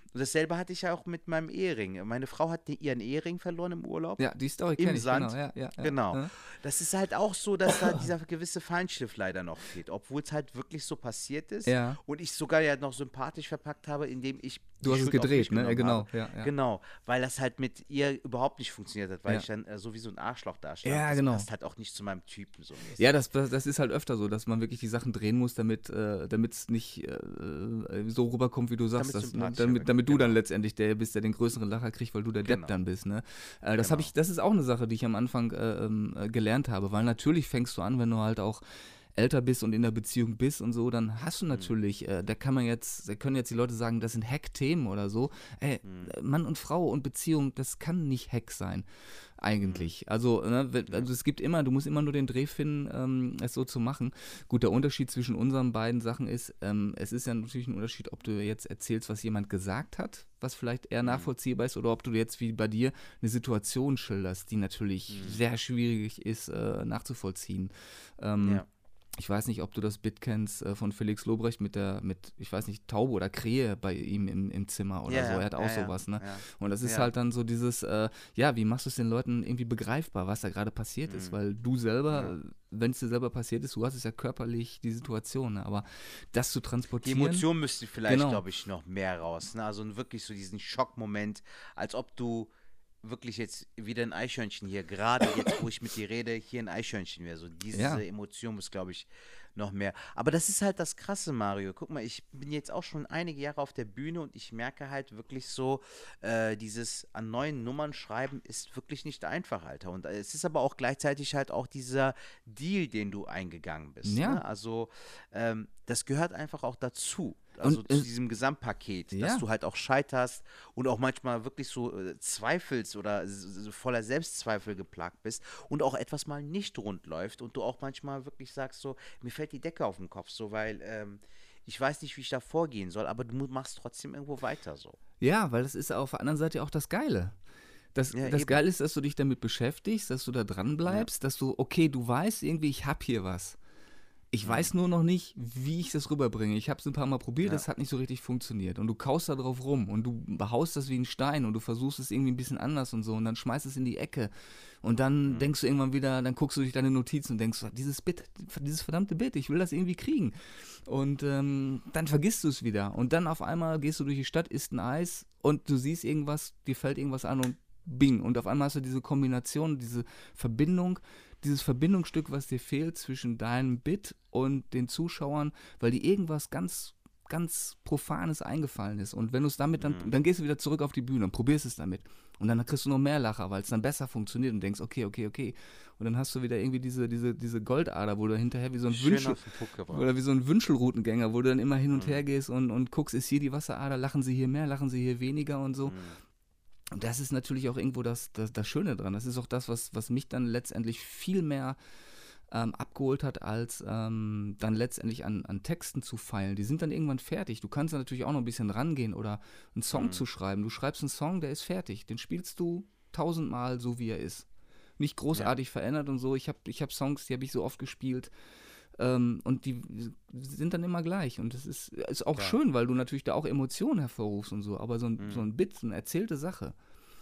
Und dasselbe hatte ich ja auch mit meinem Ehering. Meine Frau hat ihren Ehering verloren im Urlaub. Ja, die Story Im kenne ich, Sand. genau. Ja, ja, ja. Genau. Ja. Das ist halt auch so, dass da dieser gewisse Feinschliff leider noch fehlt, obwohl es halt wirklich so passiert ist Ja. und ich sogar ja noch sympathisch verpackt habe, indem ich Du die hast es Schuld auf mich gedreht, ne? Ja, genommen genau. habe. Ja, ja. Genau, weil das halt mit ihr überhaupt nicht funktioniert hat, weil Ja. ich dann äh, so wie so ein Arschloch da stand. Ja, das genau. passt halt auch nicht zu meinem Typen so mäßig. Ja, das, das das ist halt öfter so, dass man wirklich die Sachen drehen muss, damit äh, es nicht äh, so rüberkommt, wie du sagst, Damit's dass, sympathischer damit, wirkt, damit du dann genau. letztendlich der bist, der den größeren Lacher kriegt, weil du der Genau. Depp dann bist. Ne? Äh, das habe Genau. ich, das ist auch eine Sache, die ich am Anfang äh, ähm, äh, gelernt habe, weil natürlich fängst du an, wenn du halt auch älter bist und in der Beziehung bist und so, dann hast du natürlich, äh, da kann man jetzt, da können jetzt die Leute sagen, das sind Hack-Themen oder so. Ey, Mann und Frau und Beziehung, das kann nicht Hack sein, eigentlich. Also, ne, we- also es gibt immer, du musst immer nur den Dreh finden, ähm, es so zu machen. Gut, der Unterschied zwischen unseren beiden Sachen ist, ähm, es ist ja natürlich ein Unterschied, ob du jetzt erzählst, was jemand gesagt hat, was vielleicht eher nachvollziehbar ist, oder ob du jetzt wie bei dir eine Situation schilderst, die natürlich sehr schwierig ist, äh, nachzuvollziehen. Ähm, Ja. Ich weiß nicht, ob du das Bit kennst äh, von Felix Lobrecht mit der, mit, ich weiß nicht, Taube oder Krähe bei ihm im, im Zimmer oder Ja, so. ja, Er hat auch ja, ja, sowas, ne? ja. Und das ist Ja. halt dann so dieses, äh, ja, wie machst du es den Leuten irgendwie begreifbar, was da gerade passiert ist? Weil du selber, Ja. äh, wenn es dir selber passiert ist, du hast es ja körperlich, die Situation, ne? Aber das zu Die transportieren. Emotion müsste vielleicht, Genau. glaube ich, noch mehr raus. Ne? Also wirklich so diesen Schockmoment, als ob du wirklich jetzt wieder ein Eichhörnchen hier, gerade jetzt, wo ich mit dir rede, hier ein Eichhörnchen wäre. So diese Ja. Emotion muss, glaube ich, noch mehr. Aber das ist halt das Krasse, Mario. Guck mal, ich bin jetzt auch schon einige Jahre auf der Bühne und ich merke halt wirklich so, äh, dieses an neuen Nummern schreiben ist wirklich nicht einfach, Alter. Und äh, es ist aber auch gleichzeitig halt auch dieser Deal, den du eingegangen bist. Ja. Ne? Also ähm, das gehört einfach auch dazu. Also Und, zu äh, diesem Gesamtpaket, ja. dass du halt auch scheiterst und auch manchmal wirklich so äh, zweifelst oder s- s- voller Selbstzweifel geplagt bist und auch etwas mal nicht rund läuft und du auch manchmal wirklich sagst so, mir fällt die Decke auf den Kopf, so, weil ähm, ich weiß nicht, wie ich da vorgehen soll, aber du mu- machst trotzdem irgendwo weiter so. Ja, weil das ist auf der anderen Seite auch das Geile. Das, Ja, das eben. Geile ist, dass du dich damit beschäftigst, dass du da dran bleibst, dass du, okay, du weißt irgendwie, ich hab hier was. Ich weiß nur noch nicht, wie ich das rüberbringe. Ich habe es ein paar Mal probiert, Ja. das hat nicht so richtig funktioniert. Und du kaust da drauf rum und du behaust das wie ein Stein und du versuchst es irgendwie ein bisschen anders und so und dann schmeißt es in die Ecke. Und dann Mhm. denkst du irgendwann wieder, dann guckst du durch deine Notizen und denkst, dieses Bit, dieses verdammte Bit, ich will das irgendwie kriegen. Und ähm, dann vergisst du es wieder. Und dann auf einmal gehst du durch die Stadt, isst ein Eis und du siehst irgendwas, dir fällt irgendwas an und bing. Und auf einmal hast du diese Kombination, diese Verbindung, dieses Verbindungsstück, was dir fehlt zwischen deinem Bit und den Zuschauern, weil dir irgendwas ganz, ganz Profanes eingefallen ist. Und wenn du es damit dann, dann gehst du wieder zurück auf die Bühne und probierst es damit. Und dann kriegst du noch mehr Lacher, weil es dann besser funktioniert und denkst, okay, okay, okay. Und dann hast du wieder irgendwie diese, diese, diese Goldader, wo du hinterher wie so ein Schön Wünschel, auf den Puck gebracht. oder wie so ein Wünschelroutengänger, wo du dann immer hin und Mhm. her gehst und, und guckst, ist hier die Wasserader, lachen sie hier mehr, lachen sie hier weniger und so. Mhm. Und das ist natürlich auch irgendwo das, das, das Schöne dran. Das ist auch das, was, was mich dann letztendlich viel mehr ähm, abgeholt hat, als ähm, dann letztendlich an, an Texten zu feilen. Die sind dann irgendwann fertig. Du kannst da natürlich auch noch ein bisschen rangehen oder einen Song Mhm. zu schreiben. Du schreibst einen Song, der ist fertig. Den spielst du tausendmal so, wie er ist. Nicht großartig verändert und so. Ich habe ich hab Songs, die habe ich so oft gespielt. Ähm, und die sind dann immer gleich. Und das ist, ist auch Klar. schön, weil du natürlich da auch Emotionen hervorrufst und so. Aber so ein, Mhm. so ein Bit, so eine erzählte Sache.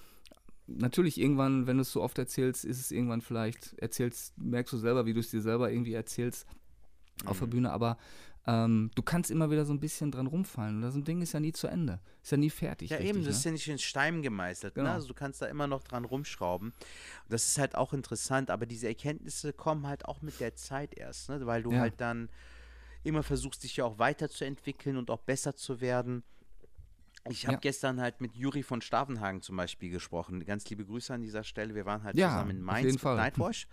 Natürlich irgendwann, wenn du es so oft erzählst, ist es irgendwann vielleicht, erzählst, merkst du selber, wie du es dir selber irgendwie erzählst auf der Mhm. Bühne. Aber ähm, du kannst immer wieder so ein bisschen dran rumfallen. Und das Ding ist ja nie zu Ende. Ist ja nie fertig. Ja, richtig, eben, das ne? ist ja nicht in Stein gemeißelt. Genau. Ne? Also du kannst da immer noch dran rumschrauben. Und das ist halt auch interessant, aber diese Erkenntnisse kommen halt auch mit der Zeit erst, ne? Weil du Ja. halt dann immer versuchst, dich ja auch weiterzuentwickeln und auch besser zu werden. Ich habe Ja. gestern halt mit Juri von Stavenhagen zum Beispiel gesprochen. Ganz liebe Grüße an dieser Stelle. Wir waren halt Ja, zusammen in auf Mainz jeden mit Fall. Nightwash.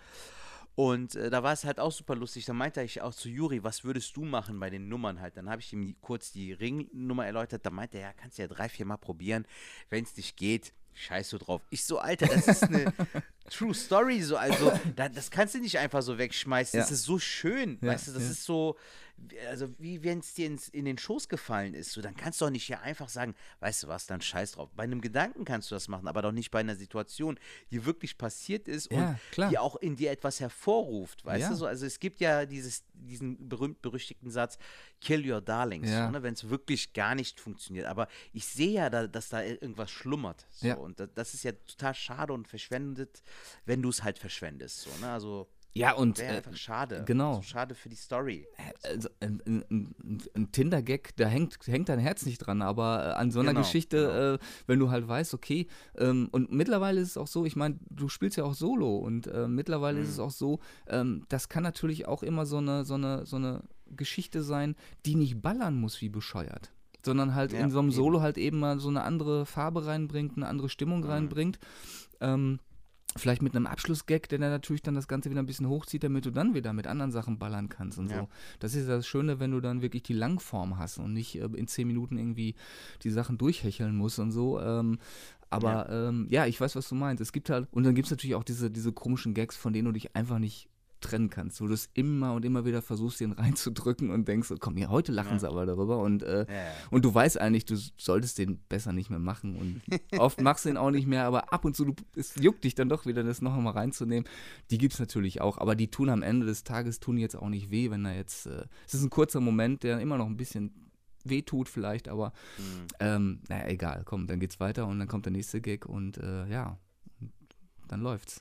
Und äh, da war es halt auch super lustig. Da meinte ich auch zu Juri, was würdest du machen bei den Nummern halt? Dann habe ich ihm die- kurz die Ringnummer erläutert. Da meinte er, ja, kannst du ja drei, vier Mal probieren. Wenn es nicht geht, scheiß du drauf. Ich so, Alter, das ist eine, True Story, so, also, da, das kannst du nicht einfach so wegschmeißen. Ja. Das ist so schön, Ja, weißt du, das ja. ist so, also, wie wenn es dir ins, in den Schoß gefallen ist, so, dann kannst du doch nicht hier einfach sagen, weißt du was, dann scheiß drauf. Bei einem Gedanken kannst du das machen, aber doch nicht bei einer Situation, die wirklich passiert ist und Ja, klar. die auch in dir etwas hervorruft, weißt Ja. du, so, also, es gibt ja dieses, diesen berühmt-berüchtigten Satz, kill your darlings, Ja. so, ne, wenn es wirklich gar nicht funktioniert, aber ich sehe ja, da, dass da irgendwas schlummert, so, Ja. und da, das ist ja total schade und verschwendet, wenn du es halt verschwendest, so, ne, also Ja, und wäre äh, einfach schade, genau. so schade für die Story. also, ein, ein, ein, ein Tinder-Gag, da hängt, hängt dein Herz nicht dran, aber äh, an so einer Genau, Geschichte, äh, wenn du halt weißt, okay, ähm, und mittlerweile ist es auch so, ich meine, du spielst ja auch Solo und äh, mittlerweile ist es auch so, ähm, das kann natürlich auch immer so eine, so eine, so eine Geschichte sein, die nicht ballern muss wie bescheuert, sondern halt Ja, in so einem eben. Solo halt eben mal so eine andere Farbe reinbringt, eine andere Stimmung reinbringt. Ähm, Vielleicht mit einem Abschlussgag, der dann natürlich dann das Ganze wieder ein bisschen hochzieht, damit du dann wieder mit anderen Sachen ballern kannst und Ja. so. Das ist das Schöne, wenn du dann wirklich die Langform hast und nicht äh, in zehn Minuten irgendwie die Sachen durchhecheln musst und so. Ähm, aber ja. Ähm, ja, ich weiß, was du meinst. Es gibt halt, und dann gibt es natürlich auch diese, diese komischen Gags, von denen du dich einfach nicht trennen kannst, wo du es immer und immer wieder versuchst, den reinzudrücken und denkst, oh, komm, ja, heute lachen Ja. sie aber darüber und, äh, Ja, ja. und du weißt eigentlich, du solltest den besser nicht mehr machen und oft machst du ihn auch nicht mehr, aber ab und zu, du, es juckt dich dann doch wieder, das noch einmal reinzunehmen. Die gibt es natürlich auch, aber die tun am Ende des Tages, tun jetzt auch nicht weh, wenn da jetzt, äh, es ist ein kurzer Moment, der immer noch ein bisschen weh tut vielleicht, aber Mhm. ähm, naja, egal, komm, dann geht's weiter und dann kommt der nächste Gag und äh, ja, dann läuft's.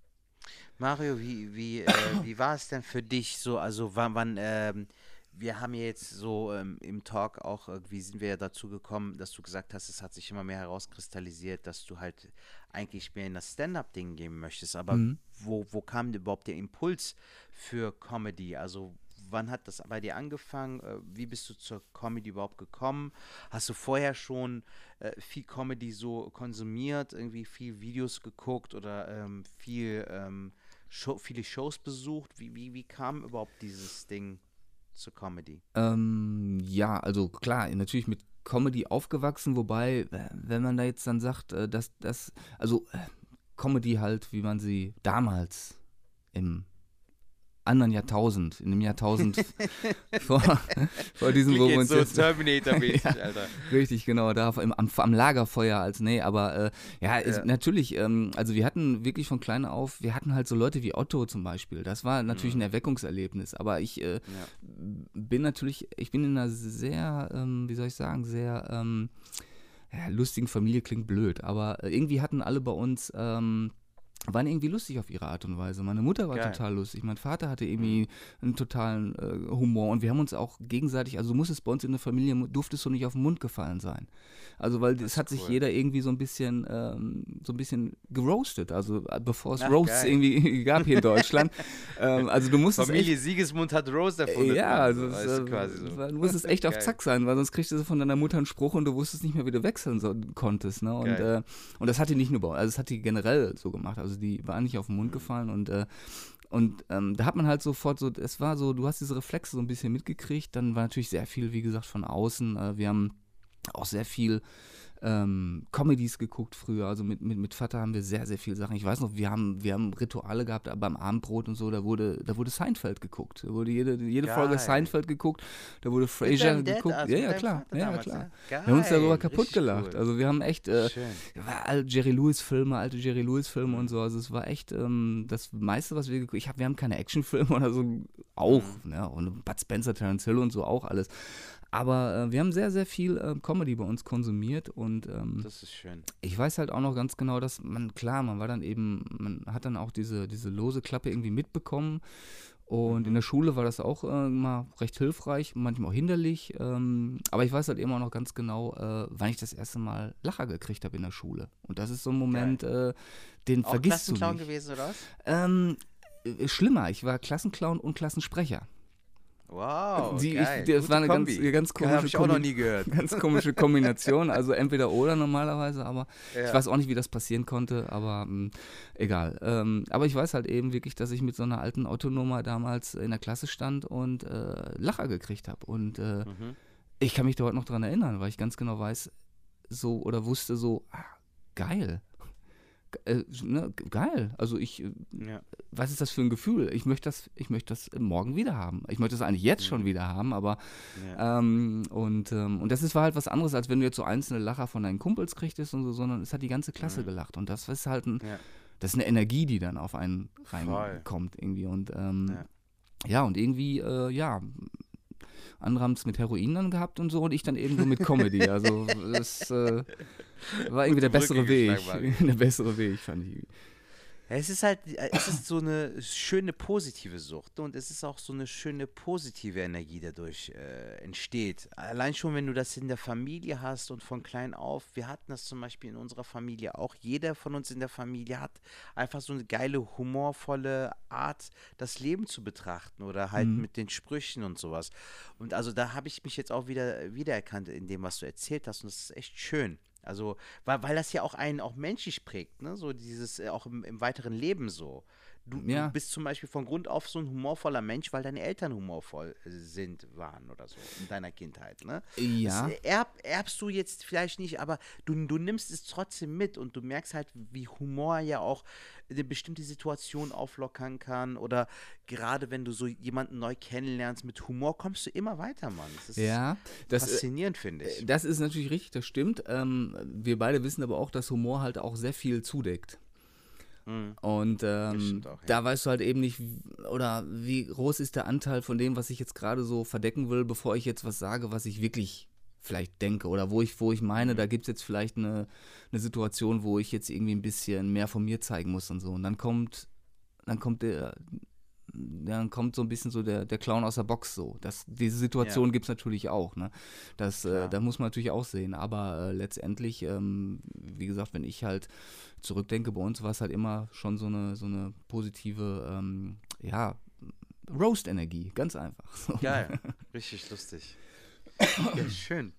Mario, wie, wie, äh, wie war es denn für dich so, also wann, wann ähm, wir haben ja jetzt so ähm, im Talk auch, irgendwie sind wir ja dazu gekommen, dass du gesagt hast, es hat sich immer mehr herauskristallisiert, dass du halt eigentlich mehr in das Stand-Up-Ding gehen möchtest, aber Mhm. wo, wo kam denn überhaupt der Impuls für Comedy, also wann hat das bei dir angefangen, äh, wie bist du zur Comedy überhaupt gekommen, hast du vorher schon äh, viel Comedy so konsumiert, irgendwie viel Videos geguckt oder ähm, viel ähm, Show, viele Shows besucht? Wie, wie, wie kam überhaupt dieses Ding zur Comedy? Ähm, ja, also klar, natürlich mit Comedy aufgewachsen, wobei, äh, wenn man da jetzt dann sagt, äh, dass das, also äh, Comedy halt, wie man sie damals im anderen Jahrtausend, in dem Jahrtausend vor, vor diesem, wo wir uns jetzt Terminator-mäßig, Ja. Alter. Richtig, genau, da im, am, am Lagerfeuer als, nee, aber äh, ja, ist, Ja. natürlich, ähm, also wir hatten wirklich von klein auf, wir hatten halt so Leute wie Otto zum Beispiel, das war natürlich Mhm. ein Erweckungserlebnis, aber ich äh, Ja. bin natürlich, ich bin in einer sehr, ähm, wie soll ich sagen, sehr ähm, ja, lustigen Familie, klingt blöd, aber äh, irgendwie hatten alle bei uns, ähm, waren irgendwie lustig auf ihre Art und Weise. Meine Mutter war Geil. total lustig, mein Vater hatte irgendwie einen totalen äh, Humor und wir haben uns auch gegenseitig, also du musstest bei uns in der Familie, mu- durftest du nicht auf den Mund gefallen sein. Also weil Das es ist hat sich cool. jeder irgendwie so ein bisschen, ähm, so ein bisschen geroastet, also äh, bevor es Ach, Roasts geil. irgendwie gab hier in Deutschland. ähm, also du musstest Familie echt, Siegesmund hat Roast erfunden. ja, Mann, also so, es, weißt du, äh, quasi so. weil du musstest echt auf Geil. Zack sein, weil sonst kriegst du von deiner Mutter einen Spruch und du wusstest nicht mehr, wie du wechseln so, konntest. Ne? Und, Geil. äh, und das hat die nicht nur bei uns, also das hat die generell so gemacht. Also die war nicht auf den Mhm. Mund gefallen und äh, und ähm, da hat man halt sofort so, es war so, du hast diese Reflexe so ein bisschen mitgekriegt, dann war natürlich sehr viel, wie gesagt, von außen. Äh, wir haben auch sehr viel ähm, Comedies geguckt früher, also mit, mit, mit Vater haben wir sehr, sehr viele Sachen. Ich weiß noch, wir haben, wir haben Rituale gehabt beim Abendbrot und so, da wurde, da wurde Seinfeld geguckt. Da wurde jede, jede Geil. Folge Seinfeld geguckt, da wurde Mit Frasier deinem Dad, geguckt. also ja, mit ja, deinem klar. Vater Ja, ja, damals, klar. ne? Wir haben uns darüber Geil, kaputt richtig gelacht. cool. Also wir haben echt äh, Schön. war all Jerry Lewis-Filme, alte Jerry Lewis-Filme und so. Also es war echt ähm, das meiste, was wir geguckt ich hab, wir haben keine Actionfilme oder so, auch, ne? Und Bud Spencer, Terence Hill und so auch alles. Aber äh, wir haben sehr, sehr viel äh, Comedy bei uns konsumiert und ähm, Das ist schön. ich weiß halt auch noch ganz genau, dass man, klar, man war dann eben, man hat dann auch diese, diese lose Klappe irgendwie mitbekommen und in der Schule war das auch äh, mal recht hilfreich, manchmal auch hinderlich, ähm, aber ich weiß halt immer noch ganz genau, äh, wann ich das erste Mal Lacher gekriegt habe in der Schule und das ist so ein Moment, äh, den Auch vergisst du Klassenclown nicht. gewesen, oder was? Ähm, äh, schlimmer, ich war Klassenclown und Klassensprecher. Wow, Die, geil. ich, das Gute war eine ganz, Kombi. ganz Habe komische ich auch noch Kombi- nie gehört. ganz komische Kombination, also entweder oder normalerweise, aber Ja. ich weiß auch nicht, wie das passieren konnte, aber mh, egal. Ähm, aber ich weiß halt eben wirklich, dass ich mit so einer alten Autonummer damals in der Klasse stand und äh, Lacher gekriegt habe. Und äh, Mhm. ich kann mich da heute noch dran erinnern, weil ich ganz genau weiß, so oder wusste so, ah, geil. äh, ne, geil. Also ich, äh, Ja. was ist das für ein Gefühl? Ich möchte das, ich möchte das morgen wieder haben. Ich möchte das eigentlich jetzt schon wieder haben, aber Ja. ähm, und, ähm, und das ist, war halt was anderes, als wenn du jetzt so einzelne Lacher von deinen Kumpels kriegtest und so, sondern es hat die ganze Klasse Mhm. gelacht. Und das ist halt ein, Ja. das ist eine Energie, die dann auf einen Voll. reinkommt irgendwie. Und ähm, Ja. ja, und irgendwie, äh, ja, andere haben es mit Heroin dann gehabt und so und ich dann eben so mit Comedy. Also das äh, war irgendwie der Gute bessere Brücke Weg. geschlagen, Mario. Der bessere Weg, fand ich. Ja, es ist halt, äh, es ist so eine schöne positive Sucht, ne? Und es ist auch so eine schöne positive Energie dadurch äh, entsteht. Allein schon, wenn du das in der Familie hast und von klein auf, wir hatten das zum Beispiel in unserer Familie auch, jeder von uns in der Familie hat einfach so eine geile, humorvolle Art, das Leben zu betrachten oder halt Mhm. mit den Sprüchen und sowas. Und also da habe ich mich jetzt auch wieder wiedererkannt in dem, was du erzählt hast und das ist echt schön. Also, weil, weil das ja auch einen auch menschlich prägt, ne? So dieses, äh, auch im, im weiteren Leben so. Du, du Ja, bist zum Beispiel von Grund auf so ein humorvoller Mensch, weil deine Eltern humorvoll äh, sind, waren oder so in deiner Kindheit, ne? Das ja, äh, erb, erbst du jetzt vielleicht nicht, aber du, du nimmst es trotzdem mit und du merkst halt, wie Humor ja auch eine bestimmte Situation auflockern kann oder gerade wenn du so jemanden neu kennenlernst, mit Humor kommst du immer weiter, Mann. Das ist ja. Das, äh, faszinierend, finde ich. das ist natürlich richtig, das stimmt. Ähm, wir beide wissen aber auch, dass Humor halt auch sehr viel zudeckt. Mhm. Und ähm, stimmt auch, ja. da weißt du halt eben nicht, wie- oder wie groß ist der Anteil von dem, was ich jetzt gerade so verdecken will, bevor ich jetzt was sage, was ich wirklich vielleicht denke oder wo ich, wo ich meine, da gibt es jetzt vielleicht eine, eine Situation, wo ich jetzt irgendwie ein bisschen mehr von mir zeigen muss und so. Und dann kommt, dann kommt der, dann kommt so ein bisschen so der, der Clown aus der Box so. Das, diese Situation gibt es natürlich auch, ne? Das, äh, Klar. da muss man natürlich auch sehen. Aber äh, letztendlich, ähm, wie gesagt, wenn ich halt zurückdenke, bei uns war es halt immer schon so eine, so eine positive, ähm, ja, Roast-Energie, ganz einfach. So. Geil, richtig lustig. Ja, schön.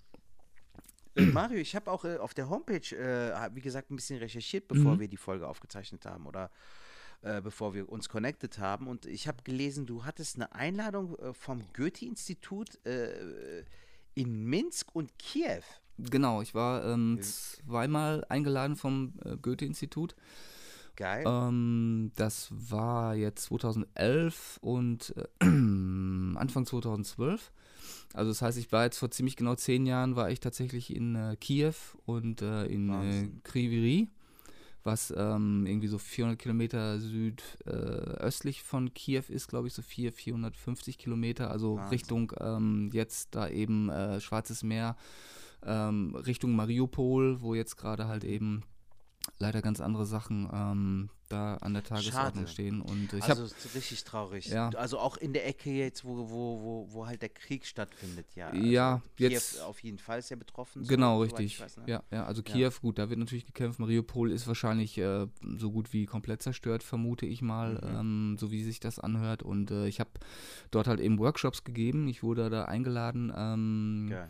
Äh, Mario, ich habe auch äh, auf der Homepage, äh, hab, wie gesagt, ein bisschen recherchiert, bevor Mhm. wir die Folge aufgezeichnet haben oder äh, bevor wir uns connected haben. Und ich habe gelesen, du hattest eine Einladung äh, vom Goethe-Institut äh, in Minsk und Kiew. Genau, ich war ähm, Äh, zweimal eingeladen vom äh, Goethe-Institut. Geil. Ähm, das war jetzt zweitausendelf und äh, Anfang zweitausendzwölf. Also das heißt, ich war jetzt vor ziemlich genau zehn Jahren, war ich tatsächlich in äh, Kiew und äh, in äh, Wahnsinn. Kryvyi, was ähm, irgendwie so vierhundert Kilometer südöstlich äh, von Kiew ist, glaube ich, so vierhundert, vierhundertfünfzig Kilometer, also Wahnsinn. Richtung ähm, jetzt da eben äh, Schwarzes Meer, ähm, Richtung Mariupol, wo jetzt gerade halt eben leider ganz andere Sachen ähm, da an der Tagesordnung Schade. stehen. Und äh, ich Also habe, es ist richtig traurig. ja, Also auch in der Ecke jetzt, wo, wo, wo, wo halt der Krieg stattfindet, ja. Also ja, Kiew jetzt, auf jeden Fall ist ja betroffen. So, genau, soweit ich richtig. weiß, ne? Ja, ja, also Ja. Kiew, gut, da wird natürlich gekämpft. Mariupol ist wahrscheinlich äh, so gut wie komplett zerstört, vermute ich mal, Mhm. ähm, so wie sich das anhört. Und äh, ich habe dort halt eben Workshops gegeben. Ich wurde da eingeladen, ähm, Geil.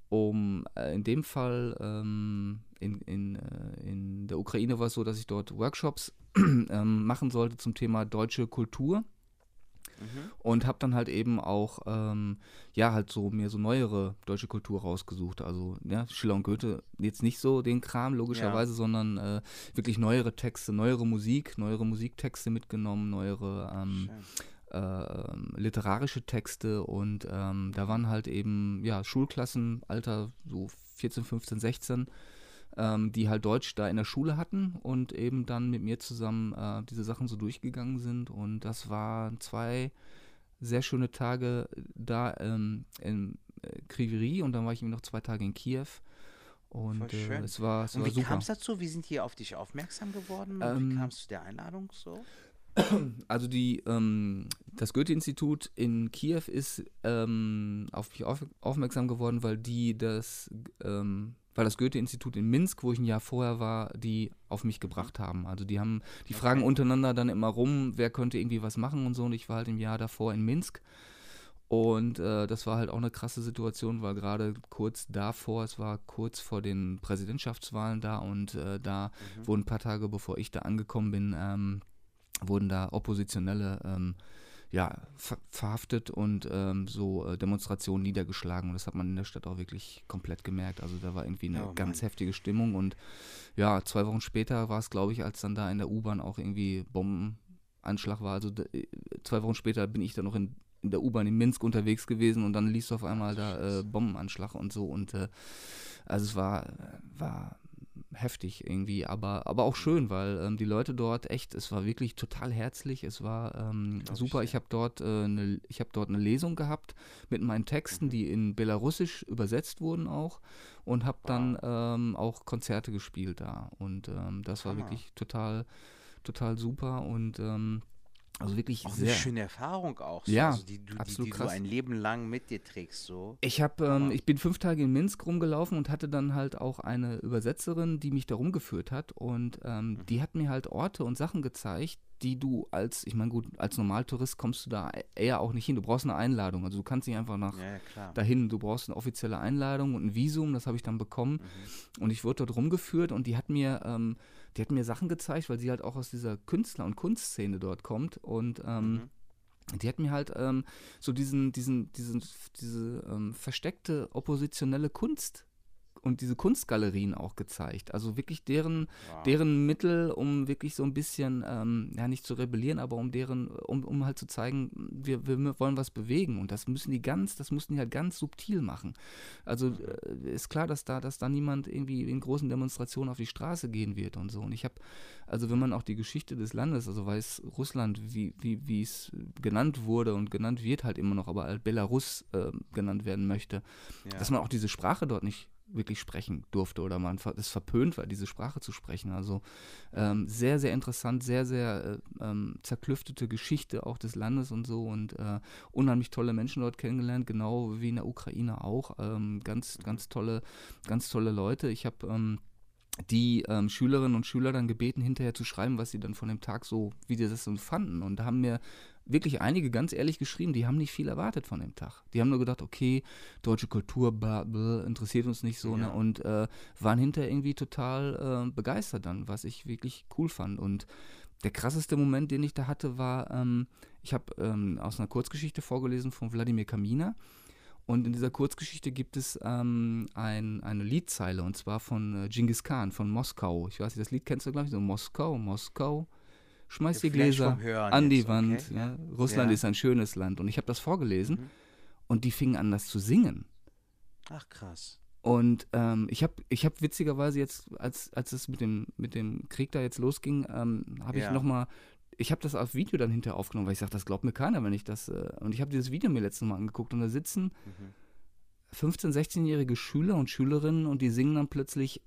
um äh, in dem Fall ähm, in, in, äh, in der Ukraine war es so, dass ich dort Workshops ähm, machen sollte zum Thema deutsche Kultur. Mhm. Und habe dann halt eben auch, ähm, ja, halt so mir so neuere deutsche Kultur rausgesucht. Also, ja, Schiller und Goethe jetzt nicht so den Kram, logischerweise, sondern äh, wirklich neuere Texte, neuere Musik, neuere Musiktexte mitgenommen, neuere ähm, Schön. äh, literarische Texte und ähm, da waren halt eben, ja, Schulklassen, Alter so vierzehn, fünfzehn, sechzehn, ähm, die halt Deutsch da in der Schule hatten und eben dann mit mir zusammen äh, diese Sachen so durchgegangen sind und das waren zwei sehr schöne Tage da ähm, in äh, Kryvyi und dann war ich eben noch zwei Tage in Kiew und Voll äh, schön. es war, es Und war wie kam super. es dazu? Wie sind die auf dich aufmerksam geworden? Und wie Ähm, kam es zu der Einladung so? Also die, ähm, das Goethe-Institut in Kiew ist ähm, auf mich auf, aufmerksam geworden, weil die das, ähm, weil das Goethe-Institut in Minsk, wo ich ein Jahr vorher war, die auf mich gebracht haben. Also die haben, die fragen Okay. untereinander dann immer rum, wer könnte irgendwie was machen und so. Und ich war halt im Jahr davor in Minsk. Und äh, das war halt auch eine krasse Situation, weil gerade kurz davor, es war kurz vor den Präsidentschaftswahlen da und äh, da Mhm. wurden ein paar Tage bevor ich da angekommen bin, ähm, wurden da Oppositionelle ähm, ja, ver verhaftet und ähm, so äh, Demonstrationen niedergeschlagen. Und das hat man in der Stadt auch wirklich komplett gemerkt. Also da war irgendwie eine Oh ganz Mann. heftige Stimmung. Und ja, zwei Wochen später war es, glaube ich, als dann da in der U-Bahn auch irgendwie Bombenanschlag war. Also d- äh, zwei Wochen später bin ich dann noch in, in der U-Bahn in Minsk unterwegs gewesen und dann liest du auf einmal da äh, Bombenanschlag und so. Und äh, also es war, war heftig irgendwie, aber, aber auch schön, weil ähm, die Leute dort echt, es war wirklich total herzlich, es war ähm, Glaub ich super. dir. Ich habe dort, äh, ne, ich hab dort eine Lesung gehabt mit meinen Texten, Mhm. die in Belarusisch übersetzt wurden auch und habe dann ähm, auch Konzerte gespielt da und ähm, das war Hammer. wirklich total, total super und ähm, also wirklich Auch eine sehr, schöne Erfahrung auch so, ja, also die du, die, absolut die du krass. ein Leben lang mit dir trägst, so. Ich habe, ähm, Hammer. ich bin fünf Tage in Minsk rumgelaufen und hatte dann halt auch eine Übersetzerin, die mich da rumgeführt hat und ähm, Mhm. die hat mir halt Orte und Sachen gezeigt, die du als, ich meine gut, als Normaltourist kommst du da eher auch nicht hin. Du brauchst eine Einladung, also du kannst nicht einfach nach Ja, ja, klar. dahin. Du brauchst eine offizielle Einladung und ein Visum, das habe ich dann bekommen Mhm. und ich wurde dort rumgeführt und die hat mir, ähm, die hat mir Sachen gezeigt, weil sie halt auch aus dieser Künstler- und Kunstszene dort kommt und ähm, Mhm. die hat mir halt ähm, so diesen, diesen, diesen, diese ähm, versteckte oppositionelle Kunst und diese Kunstgalerien auch gezeigt. Also wirklich deren, Wow. deren Mittel, um wirklich so ein bisschen, ähm, ja nicht zu rebellieren, aber um deren, um, um halt zu zeigen, wir, wir wollen was bewegen. Und das müssen die ganz, das mussten die halt ganz subtil machen. Also äh, ist klar, dass da, dass da niemand irgendwie in großen Demonstrationen auf die Straße gehen wird und so. Und ich habe, also wenn man auch die Geschichte des Landes, also weiß Russland, wie, wie, wie es genannt wurde und genannt wird halt immer noch, aber als Belarus äh, genannt werden möchte, Ja. dass man auch diese Sprache dort nicht wirklich sprechen durfte oder man es verpönt war, diese Sprache zu sprechen. Also ähm, sehr, sehr interessant, sehr, sehr äh, ähm, zerklüftete Geschichte auch des Landes und so und äh, unheimlich tolle Menschen dort kennengelernt, genau wie in der Ukraine auch. Ähm, ganz, ganz tolle, ganz tolle Leute. Ich habe ähm, die ähm, Schülerinnen und Schüler dann gebeten, hinterher zu schreiben, was sie dann von dem Tag so, wie die das so fanden. Und da haben mir wirklich einige ganz ehrlich geschrieben, die haben nicht viel erwartet von dem Tag. Die haben nur gedacht, okay, deutsche Kultur, blah, blah, interessiert uns nicht so, Ja. ne? Und äh, waren hinterher irgendwie total äh, begeistert dann, was ich wirklich cool fand. Und der krasseste Moment, den ich da hatte, war, ähm, ich habe ähm, aus einer Kurzgeschichte vorgelesen von Wladimir Kaminer. Und in dieser Kurzgeschichte gibt es ähm, ein, eine Liedzeile, und zwar von äh, Genghis Khan, von Moskau. Ich weiß nicht, das Lied kennst du, glaube ich, so Moskau, Moskau, schmeiß Ja, die vielleicht Gläser vom Hören an die jetzt, Wand. okay, Ja. ja. Russland Ja. ist ein schönes Land. Und ich habe das vorgelesen Mhm. und die fingen an, das zu singen. Ach, krass. Und ähm, ich habe ich hab witzigerweise jetzt, als, als es mit dem, mit dem Krieg da jetzt losging, ähm, habe ich Ja. nochmal, ich habe das auf Video dann hinterher aufgenommen, weil ich sage, das glaubt mir keiner, wenn ich das, äh, und ich habe dieses Video mir letztes Mal angeguckt und da sitzen Mhm. fünfzehn-, sechzehnjährige Schüler und Schülerinnen und die singen dann plötzlich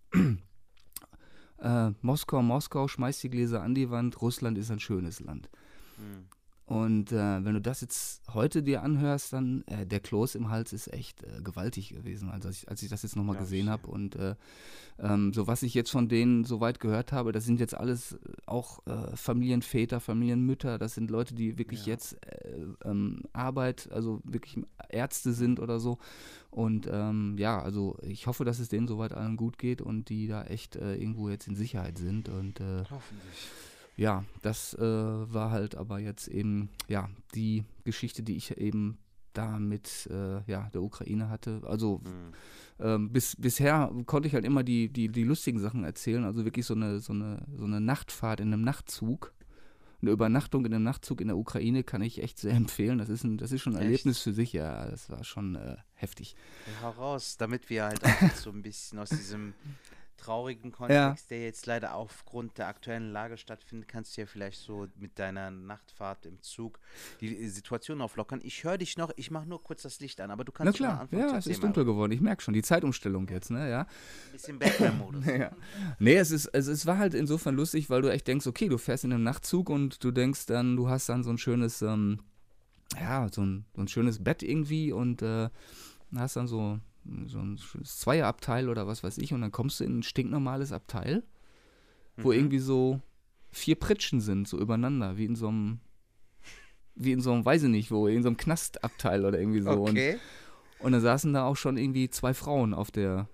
äh, Moskau, Moskau, schmeiß die Gläser an die Wand, Russland ist ein schönes Land. Mhm. Und äh, wenn du das jetzt heute dir anhörst, dann äh, der Kloß im Hals ist echt äh, gewaltig gewesen, also als ich, als ich das jetzt nochmal Glaub ich gesehen dir. habe. Und äh, ähm, so was ich jetzt von denen soweit gehört habe, das sind jetzt alles auch äh, Familienväter, Familienmütter, das sind Leute, die wirklich Ja. jetzt äh, ähm, Arbeit, also wirklich Ärzte sind oder so. Und ähm, ja, also ich hoffe, dass es denen soweit allen gut geht und die da echt äh, irgendwo jetzt in Sicherheit sind. Und äh, Hoffentlich. ja, das äh, war halt aber jetzt eben, ja, die Geschichte, die ich eben da mit äh, ja, der Ukraine hatte. Also Mhm. ähm, bis, bisher konnte ich halt immer die, die, die lustigen Sachen erzählen, also wirklich so eine, so, eine, so eine Nachtfahrt in einem Nachtzug. Eine Übernachtung in einem Nachtzug in der Ukraine kann ich echt sehr empfehlen. Das ist, ein, das ist schon ein Echt? Erlebnis für sich, ja. Das war schon äh, heftig. Ja, hau raus, damit wir halt auch jetzt so ein bisschen aus diesem traurigen Kontext, der jetzt leider aufgrund der aktuellen Lage stattfindet, kannst du ja vielleicht so mit deiner Nachtfahrt im Zug die Situation auflockern. Ich höre dich noch, ich mache nur kurz das Licht an, aber du Na kannst schon mal klar, anfangen ja, zu es ist erzählen, dunkel Mario. geworden. Ich merke schon, die Zeitumstellung jetzt, ne, ja. Ein bisschen Batman-Modus. Ja. Nee, es ist, also es war halt insofern lustig, weil du echt denkst, okay, du fährst in einem Nachtzug und du denkst dann, du hast dann so ein schönes, ähm, ja, so ein, so ein schönes Bett irgendwie und äh, hast dann so, so ein schönes Zweierabteil oder was weiß ich und dann kommst du in ein stinknormales Abteil, wo Mhm. irgendwie so vier Pritschen sind, so übereinander, wie in so einem, wie in so einem, weiß ich nicht wo, in so einem Knastabteil oder irgendwie so. Und, Okay. und dann saßen da auch schon irgendwie zwei Frauen auf der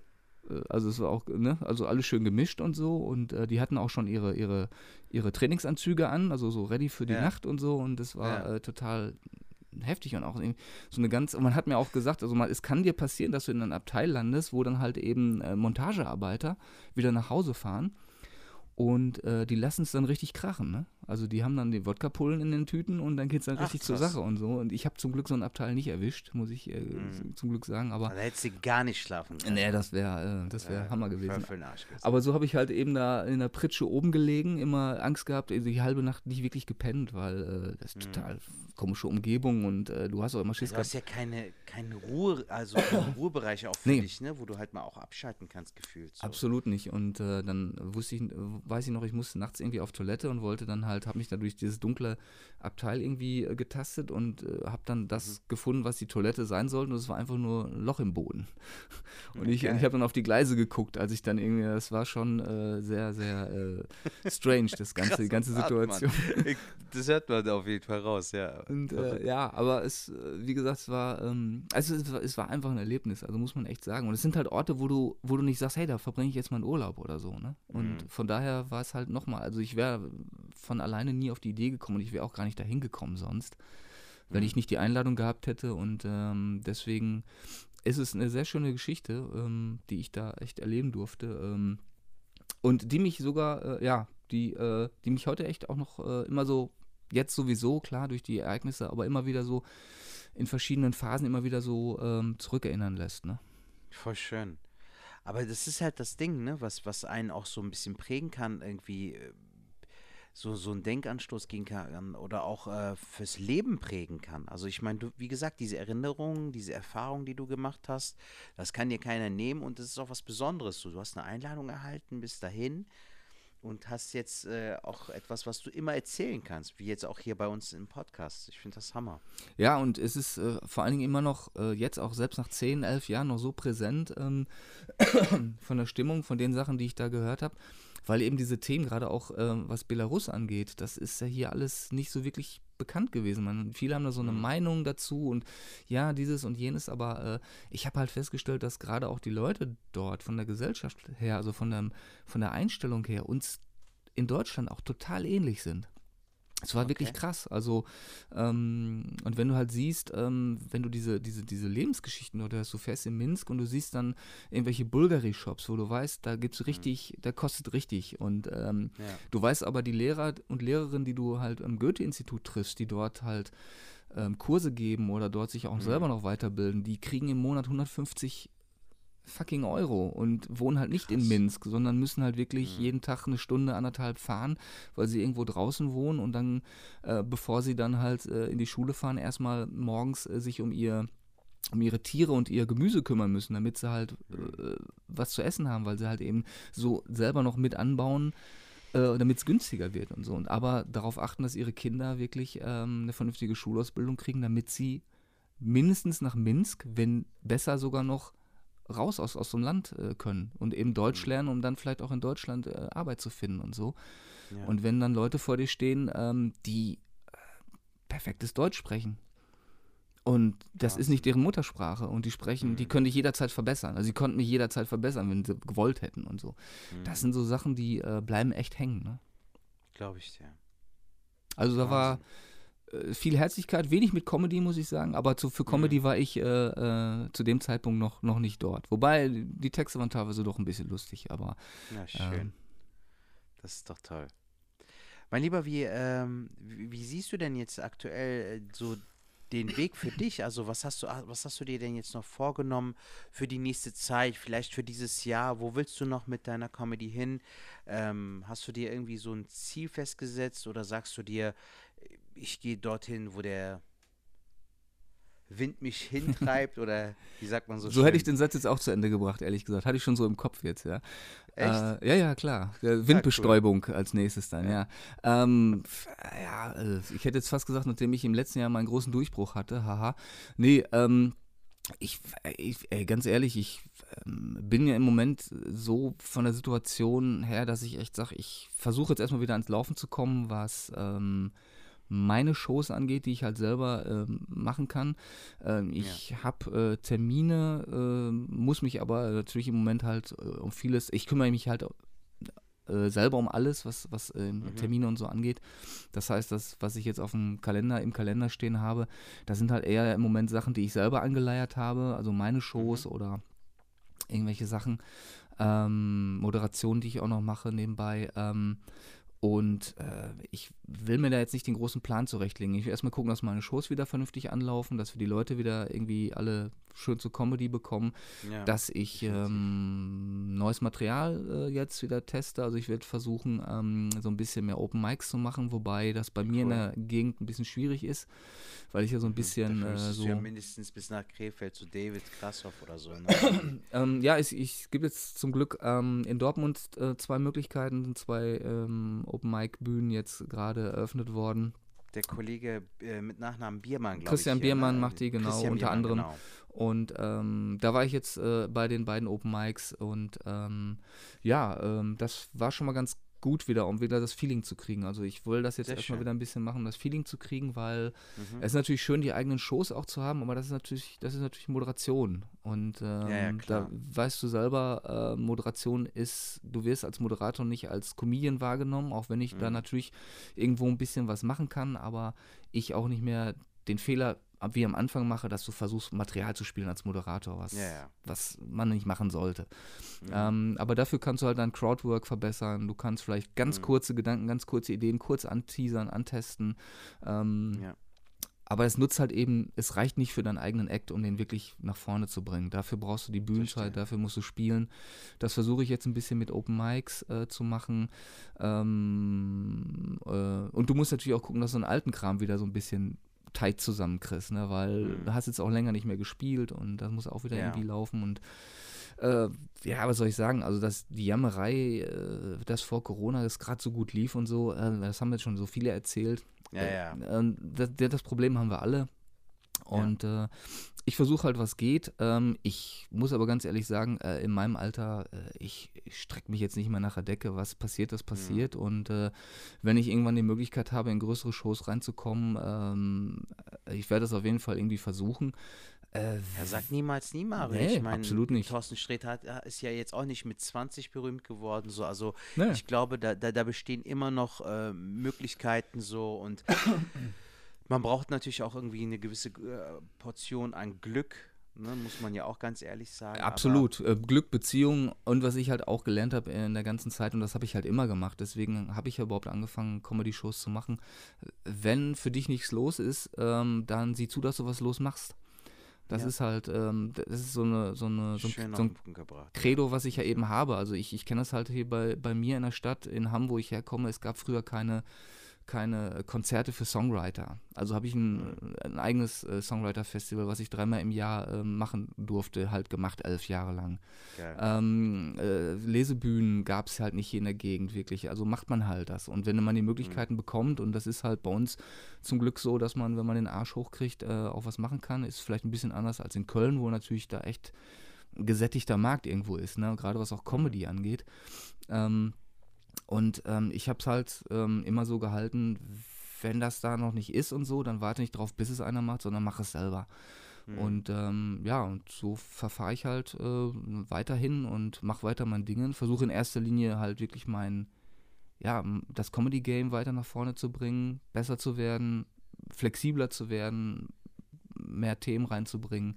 äh, also es war auch, ne, also alles schön gemischt und so und äh, die hatten auch schon ihre, ihre, ihre Trainingsanzüge an, also so ready für die Ja. Nacht und so und das war Ja. äh, total heftig und auch irgendwie so eine ganz, und man hat mir auch gesagt, also mal, es kann dir passieren, dass du in einem Abteil landest, wo dann halt eben äh, Montagearbeiter wieder nach Hause fahren und äh, die lassen es dann richtig krachen, ne? Also die haben dann die Wodkapullen in den Tüten und dann geht es dann Ach, richtig zur krass. Sache und so. Und ich habe zum Glück so ein Abteil nicht erwischt, muss ich äh, Mhm. zum Glück sagen, aber Da hättest du gar nicht schlafen können. nee, das wäre äh, das wäre Äh, Hammer voll gewesen. für den Arsch gewesen. Aber so habe ich halt eben da in der Pritsche oben gelegen, immer Angst gehabt, also die halbe Nacht nicht wirklich gepennt, weil äh, das ist total komische Umgebung und äh, du hast auch immer Schiss Du gehabt. hast ja keine, keine Ruhe, also keinen Ruhebereich auch für Nee. dich, ne? Wo du halt mal auch abschalten kannst, gefühlt. So. Absolut nicht. Und äh, dann wusste ich, äh, weiß ich noch, ich musste nachts irgendwie auf Toilette und wollte dann halt, habe mich da durch dieses dunkle Abteil irgendwie äh, getastet und äh, habe dann das Mhm. gefunden, was die Toilette sein sollte. Und es war einfach nur ein Loch im Boden. Und ich, Geil. und ich habe dann auf die Gleise geguckt, als ich dann irgendwie, das war schon äh, sehr, sehr äh, strange, das ganze, die ganze Krass, Mann. Situation. Ich- Das hört man auf jeden Fall raus, ja. Und äh, ja, aber es, äh, wie gesagt, es war, ähm, also es war, es war einfach ein Erlebnis, also muss man echt sagen. Und es sind halt Orte, wo du, wo du nicht sagst, hey, da verbringe ich jetzt mal einen Urlaub oder so, ne? Und Mhm. von daher war es halt nochmal, also ich wäre von alleine nie auf die Idee gekommen und ich wäre auch gar nicht dahin gekommen sonst, wenn Mhm. ich nicht die Einladung gehabt hätte. Und ähm, deswegen ist es eine sehr schöne Geschichte, ähm, die ich da echt erleben durfte. Ähm, und die mich sogar, äh, ja, die, äh, die mich heute echt auch noch äh, immer so, jetzt sowieso, klar, durch die Ereignisse, aber immer wieder so in verschiedenen Phasen immer wieder so ähm, zurückerinnern lässt, ne? Voll schön. Aber das ist halt das Ding, ne, was, was einen auch so ein bisschen prägen kann, irgendwie äh, so, so einen Denkanstoß geben kann oder auch äh, fürs Leben prägen kann. Also ich meine, du, wie gesagt, diese Erinnerungen, diese Erfahrungen, die du gemacht hast, das kann dir keiner nehmen und das ist auch was Besonderes. So, du hast eine Einladung erhalten bis dahin und hast jetzt äh, auch etwas, was du immer erzählen kannst, wie jetzt auch hier bei uns im Podcast. Ich finde das Hammer. Ja, und es ist äh, vor allen Dingen immer noch, äh, jetzt auch selbst nach zehn, elf Jahren noch so präsent ähm, von der Stimmung, von den Sachen, die ich da gehört habe, weil eben diese Themen, gerade auch ähm, was Belarus angeht, das ist ja hier alles nicht so wirklich bekannt gewesen. Man, viele haben da so eine Mhm. Meinung dazu und ja, dieses und jenes, aber äh, ich habe halt festgestellt, dass gerade auch die Leute dort von der Gesellschaft her, also von, dem, von der Einstellung her, uns in Deutschland auch total ähnlich sind. Es war wirklich Okay. krass. Also, ähm, und wenn du halt siehst, ähm, wenn du diese, diese, diese Lebensgeschichten oder hörst, du fährst in Minsk und du siehst dann irgendwelche Bulgari-Shops, wo du weißt, da gibt's richtig, da kostet richtig. Und ähm, Ja. du weißt aber, die Lehrer und Lehrerinnen, die du halt am Goethe-Institut triffst, die dort halt ähm, Kurse geben oder dort sich auch Mhm. selber noch weiterbilden, die kriegen im Monat hundertfünfzig fucking Euro und wohnen halt nicht in Krass. Minsk, sondern müssen halt wirklich Mhm. jeden Tag eine Stunde, anderthalb fahren, weil sie irgendwo draußen wohnen und dann, äh, bevor sie dann halt äh, in die Schule fahren, erstmal morgens äh, sich um ihr um ihre Tiere und ihr Gemüse kümmern müssen, damit sie halt äh, was zu essen haben, weil sie halt eben so selber noch mit anbauen, äh, damit es günstiger wird und so. Und aber darauf achten, dass ihre Kinder wirklich ähm, eine vernünftige Schulausbildung kriegen, damit sie mindestens nach Minsk, wenn besser sogar noch raus aus, aus dem Land äh, können und eben Deutsch Mhm. lernen, um dann vielleicht auch in Deutschland äh, Arbeit zu finden und so. Ja. Und wenn dann Leute vor dir stehen, ähm, die äh, perfektes Deutsch sprechen und das ist Wahnsinn. nicht deren Muttersprache und die sprechen, die Mhm. können dich jederzeit verbessern. Also sie konnten mich jederzeit verbessern, wenn sie gewollt hätten und so. Das Mhm. sind so Sachen, die äh, bleiben echt hängen. Ne? Glaube ich dir. Also da war Wahnsinn. äh, viel Herzlichkeit, wenig mit Comedy, muss ich sagen, aber zu, für Comedy Mhm. war ich äh, äh, zu dem Zeitpunkt noch, noch nicht dort. Wobei, die Texte waren teilweise doch ein bisschen lustig, aber Ja, schön. ähm, Das ist doch toll. Mein Lieber, wie, ähm, wie, wie siehst du denn jetzt aktuell äh, so den Weg für dich? Also was hast du, ah, was hast du dir denn jetzt noch vorgenommen für die nächste Zeit, vielleicht für dieses Jahr? Wo willst du noch mit deiner Comedy hin? Ähm, hast du dir irgendwie so ein Ziel festgesetzt oder sagst du dir, ich gehe dorthin, wo der Wind mich hintreibt oder wie sagt man so so hätte ich schön? den Satz jetzt auch zu Ende gebracht, ehrlich gesagt. Hatte ich schon so im Kopf jetzt, ja. Echt? Äh, ja, ja, klar. Ja, Windbestäubung als nächstes dann, ja. Ja. Ähm, f- ja, äh, ich hätte jetzt fast gesagt, nachdem ich im letzten Jahr meinen großen Durchbruch hatte, haha. Nee, ähm, ich, ich ey, ganz ehrlich, ich ähm, bin ja im Moment so von der Situation her, dass ich echt sage, ich versuche jetzt erstmal wieder ans Laufen zu kommen, was ähm, meine Shows angeht, die ich halt selber ähm, machen kann. Ähm, ich ja. habe äh, Termine, äh, muss mich aber natürlich im Moment halt äh, um vieles, ich kümmere mich halt äh, selber um alles, was, was äh, mhm. Termine und so angeht. Das heißt, das, was ich jetzt auf dem Kalender, im Kalender stehen habe, das sind halt eher im Moment Sachen, die ich selber angeleiert habe, also meine Shows mhm. oder irgendwelche Sachen, ähm, Moderationen, die ich auch noch mache nebenbei. Ähm, und äh, ich will mir da jetzt nicht den großen Plan zurechtlegen. Ich will erstmal gucken, dass meine Shows wieder vernünftig anlaufen, dass wir die Leute wieder irgendwie alle schön zur Comedy bekommen, ja, dass ich ähm, neues Material äh, jetzt wieder teste. Also ich werde versuchen, ähm, so ein bisschen mehr Open Mics zu machen, wobei das bei cool. mir in der Gegend ein bisschen schwierig ist, weil ich ja so ein bisschen Dafür äh, so... Du ja mindestens bis nach Krefeld zu David Krassoff oder so. Ne? ähm, ja, es ich, ich, gibt jetzt zum Glück ähm, in Dortmund äh, zwei Möglichkeiten, zwei ähm, Open Mic Bühnen jetzt gerade eröffnet worden. Der Kollege äh, mit Nachnamen Biermann, glaube ich. Christian hier, Biermann ne? macht die, genau, Christian unter Biermann, anderem. Genau. Und ähm, da war ich jetzt äh, bei den beiden Open Mics und ähm, ja, ähm, das war schon mal ganz gut wieder, um wieder das Feeling zu kriegen. Also ich will das jetzt Sehr erstmal schön. wieder ein bisschen machen, um das Feeling zu kriegen, weil Mhm. es ist natürlich schön, die eigenen Shows auch zu haben, aber das ist natürlich, das ist natürlich Moderation. Und ähm, Ja, ja, da klar. weißt du selber, äh, Moderation ist, du wirst als Moderator nicht als Comedian wahrgenommen, auch wenn ich Mhm. da natürlich irgendwo ein bisschen was machen kann, aber ich auch nicht mehr den Fehler wie am Anfang mache, dass du versuchst, Material zu spielen als Moderator, was, Ja, ja. was man nicht machen sollte. Mhm. Ähm, aber dafür kannst du halt dein Crowdwork verbessern, du kannst vielleicht ganz Mhm. kurze Gedanken, ganz kurze Ideen kurz anteasern, antesten. Ähm, Ja. Aber es nutzt halt eben, es reicht nicht für deinen eigenen Act, um den wirklich nach vorne zu bringen. Dafür brauchst du die Bühnenzeit, Verstehe. dafür musst du spielen. Das versuche ich jetzt ein bisschen mit Open Mics äh, zu machen. Ähm, äh, und du musst natürlich auch gucken, dass du einen alten Kram wieder so ein bisschen tight zusammenkriegst, ne? Weil Mhm. du hast jetzt auch länger nicht mehr gespielt und das muss auch wieder Ja. irgendwie laufen und äh, ja, was soll ich sagen, also dass die Jammerei, äh, das vor Corona, das gerade so gut lief und so, äh, das haben jetzt schon so viele erzählt. Ja, ja. Äh, das, das Problem haben wir alle und äh, ich versuche halt, was geht. Ähm, ich muss aber ganz ehrlich sagen, äh, in meinem Alter, äh, ich, ich strecke mich jetzt nicht mehr nach der Decke. Was passiert, das passiert. Mhm. Und äh, wenn ich irgendwann die Möglichkeit habe, in größere Shows reinzukommen, ähm, ich werde das auf jeden Fall irgendwie versuchen. Äh, Er sagt niemals nie, Mario. Nee, ich mein, absolut nicht. Thorsten Sträter hat, ist ja jetzt auch nicht mit zwanzig berühmt geworden. So. Also Nee. ich glaube, da, da, da bestehen immer noch äh, Möglichkeiten so und man braucht natürlich auch irgendwie eine gewisse äh, Portion an Glück, ne, muss man ja auch ganz ehrlich sagen. Absolut. Äh, Glück, Beziehungen und was ich halt auch gelernt habe in der ganzen Zeit, und das habe ich halt immer gemacht, deswegen habe ich ja überhaupt angefangen, Comedy-Shows zu machen. Wenn für dich nichts los ist, ähm, dann sieh zu, dass du was los machst. Das Ja. ist halt, ähm, das ist so eine, so eine, so Schön ein, auf so den ein Punkt gebracht. Credo, was ich ja eben habe. Also ich, ich kenne das halt hier bei, bei mir in der Stadt, in Hamm, wo ich herkomme. Es gab früher keine, keine Konzerte für Songwriter. Also habe ich ein, ein eigenes äh, Songwriter-Festival, was ich dreimal im Jahr äh, machen durfte, halt gemacht, elf Jahre lang. Geil. Ähm, äh, Lesebühnen gab es halt nicht hier in der Gegend wirklich. Also macht man halt das. Und wenn man die Möglichkeiten mhm. bekommt, und das ist halt bei uns zum Glück so, dass man, wenn man den Arsch hochkriegt, äh, auch was machen kann, ist vielleicht ein bisschen anders als in Köln, wo natürlich da echt ein gesättigter Markt irgendwo ist, ne? Gerade was auch Comedy angeht. Ähm, Und ähm, ich habe es halt ähm, immer so gehalten, wenn das da noch nicht ist und so, dann warte nicht drauf, bis es einer macht, sondern mach es selber. Mhm. Und ähm, ja, und so verfahre ich halt äh, weiterhin und mache weiter mein Ding. Versuche in erster Linie halt wirklich mein, ja, das Comedy-Game weiter nach vorne zu bringen, besser zu werden, flexibler zu werden, mehr Themen reinzubringen.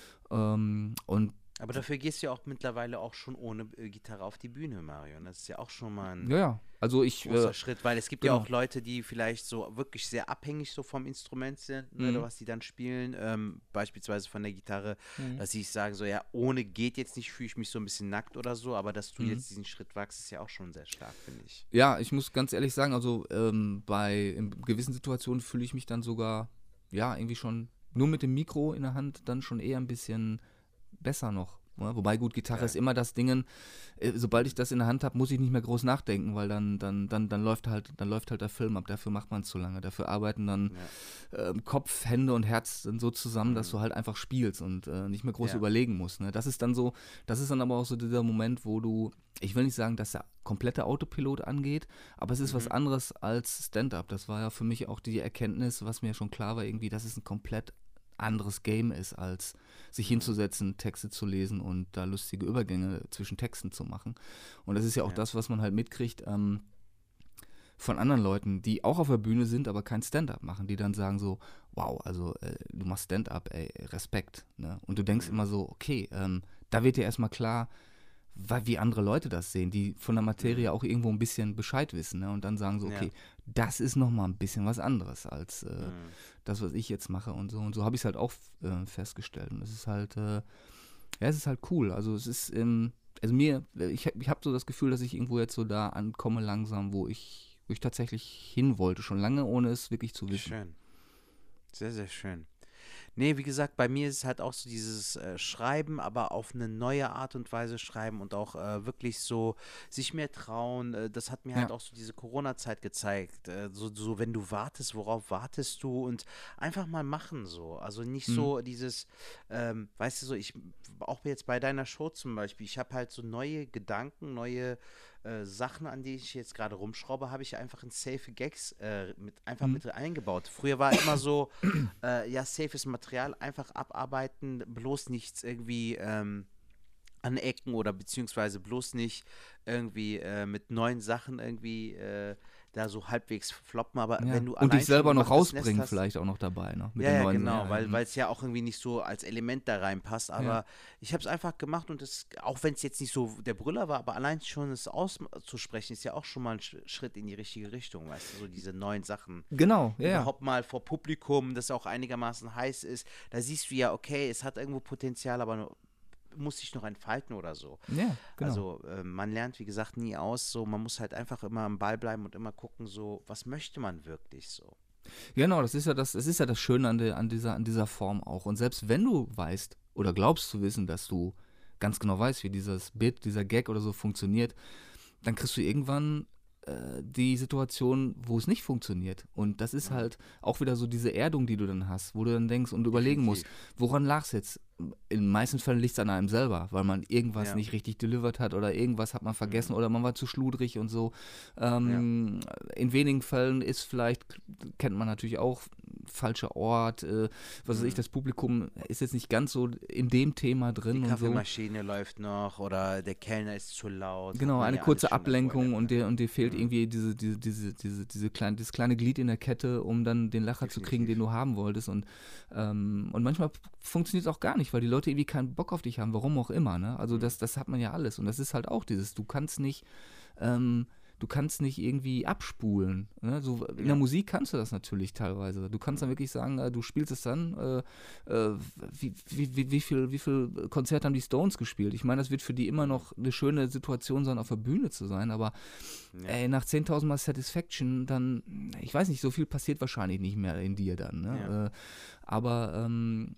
Ähm, und Aber dafür gehst du ja auch mittlerweile auch schon ohne äh, Gitarre auf die Bühne, Mario. Das ist ja auch schon mal ein ja, ja. Also ich, großer äh, Schritt, weil es gibt genau. ja auch Leute, die vielleicht so wirklich sehr abhängig so vom Instrument sind, ne, Mhm. oder was die dann spielen, ähm, beispielsweise von der Gitarre, Mhm. dass sie sagen so, ja, ohne geht jetzt nicht, fühle ich mich so ein bisschen nackt oder so, aber dass du Mhm. jetzt diesen Schritt wagst, ist ja auch schon sehr stark, finde ich. Ja, ich muss ganz ehrlich sagen, also ähm, bei in gewissen Situationen fühle ich mich dann sogar, ja, irgendwie schon nur mit dem Mikro in der Hand dann schon eher ein bisschen besser noch. Ja, wobei gut, Gitarre Ja. ist immer das Ding, äh, sobald ich das in der Hand habe, muss ich nicht mehr groß nachdenken, weil dann, dann, dann, dann läuft halt, dann läuft halt der Film ab. Dafür macht man es zu lange. Dafür arbeiten dann Ja. ähm, Kopf, Hände und Herz dann so zusammen, Mhm. dass du halt einfach spielst und äh, nicht mehr groß Ja. überlegen musst. Ne? Das ist dann so, das ist dann aber auch so dieser Moment, wo du, ich will nicht sagen, dass der komplette Autopilot angeht, aber es ist was Mhm. anderes als Stand-up. Das war ja für mich auch die Erkenntnis, was mir schon klar war, irgendwie, dass es ein komplett anderes Game ist, als sich hinzusetzen, Texte zu lesen und da lustige Übergänge zwischen Texten zu machen. Und das ist ja auch Ja. das, was man halt mitkriegt ähm, von anderen Leuten, die auch auf der Bühne sind, aber kein Stand-up machen, die dann sagen so, wow, also äh, du machst Stand-up, ey, Respekt. Ne? Und du denkst Mhm. immer so, okay, ähm, da wird dir erstmal klar, wa- wie andere Leute das sehen, die von der Materie auch irgendwo ein bisschen Bescheid wissen, ne? Und dann sagen so, Ja. okay, das ist nochmal ein bisschen was anderes als äh, Mhm. das, was ich jetzt mache und so. Und so habe ich es halt auch äh, festgestellt. Und es ist halt, äh, ja, es ist halt cool. Also es ist, ähm, also mir, ich habe ich hab so das Gefühl, dass ich irgendwo jetzt so da ankomme langsam, wo ich, wo ich tatsächlich hin wollte, schon lange, ohne es wirklich zu wissen. Schön. Sehr, sehr schön. Nee, wie gesagt, bei mir ist es halt auch so dieses äh, Schreiben, aber auf eine neue Art und Weise schreiben und auch äh, wirklich so sich mehr trauen. Äh, das hat mir halt Ja. auch so diese Corona-Zeit gezeigt. Äh, so, so, wenn du wartest, worauf wartest du und einfach mal machen so. Also nicht Mhm. so dieses, ähm, weißt du so, ich, auch jetzt bei deiner Show zum Beispiel, ich habe halt so neue Gedanken, neue äh, Sachen, an die ich jetzt gerade rumschraube, habe ich einfach in safe Gags äh, mit, einfach Mhm. mit eingebaut. Früher war immer so, äh, ja, safes Material einfach abarbeiten, bloß nichts irgendwie ähm, anecken oder beziehungsweise bloß nicht irgendwie äh, mit neuen Sachen irgendwie äh, da so halbwegs floppen, aber Ja. wenn du Und allein dich selber schon noch gemachtes Nest rausbringen hast, vielleicht auch noch dabei, ne? Mit ja, den ja, neuen, genau, ja, weil ja. weil es ja auch irgendwie nicht so als Element da reinpasst, aber ich habe es einfach gemacht und das, auch wenn es jetzt nicht so der Brüller war, aber allein schon es auszusprechen, ist ja auch schon mal ein Sch- Schritt in die richtige Richtung, weißt du, so diese neuen Sachen. Genau, ja, ja. Überhaupt mal vor Publikum, das auch einigermaßen heiß ist, da siehst du ja, okay, es hat irgendwo Potenzial, aber nur, muss sich noch entfalten oder so. Ja, genau. Also äh, man lernt, wie gesagt, nie aus, so man muss halt einfach immer am Ball bleiben und immer gucken, so, was möchte man wirklich so. Genau, das ist ja das, es ist ja das Schöne an, der, an, dieser, an dieser Form auch. Und selbst wenn du weißt oder glaubst zu wissen, dass du ganz genau weißt, wie dieses Bit, dieser Gag oder so funktioniert, dann kriegst du irgendwann äh, die Situation, wo es nicht funktioniert. Und das ist Mhm. halt auch wieder so diese Erdung, die du dann hast, wo du dann denkst und überlegen musst, woran lag es jetzt? In den meisten Fällen liegt es an einem selber, weil man irgendwas Ja. nicht richtig delivered hat oder irgendwas hat man vergessen oder man war zu schludrig und so. Ähm, In wenigen Fällen ist vielleicht, kennt man natürlich auch, falscher Ort, äh, was weiß ich, Mhm. das Publikum ist jetzt nicht ganz so in dem Thema drin Die und so. Kaffeemaschine läuft noch oder der Kellner ist zu laut. hat Genau, man eine ja kurze alles schon irgendwo Ablenkung erlebt. und dir, und dir fehlt Mhm. irgendwie diese, diese, diese, diese, diese kleine, dieses kleine Glied in der Kette, um dann den Lacher zu kriegen, den Definitiv. du haben wolltest. Und, ähm, und manchmal funktioniert es auch gar nicht, weil die Leute irgendwie keinen Bock auf dich haben, warum auch immer. Ne? Also Mhm. das, das hat man ja alles. Und das ist halt auch dieses, du kannst nicht, ähm, du kannst nicht irgendwie abspulen. Ne? So, in Ja. der Musik kannst du das natürlich teilweise. Du kannst dann wirklich sagen, äh, du spielst es dann, äh, äh, wie, wie, wie, wie, viel, wie viel Konzerte haben die Stones gespielt? Ich meine, das wird für die immer noch eine schöne Situation sein, auf der Bühne zu sein, aber Ja. ey, nach zehntausend Mal Satisfaction, dann, ich weiß nicht, so viel passiert wahrscheinlich nicht mehr in dir dann. Ne? Ja. Äh, aber ähm,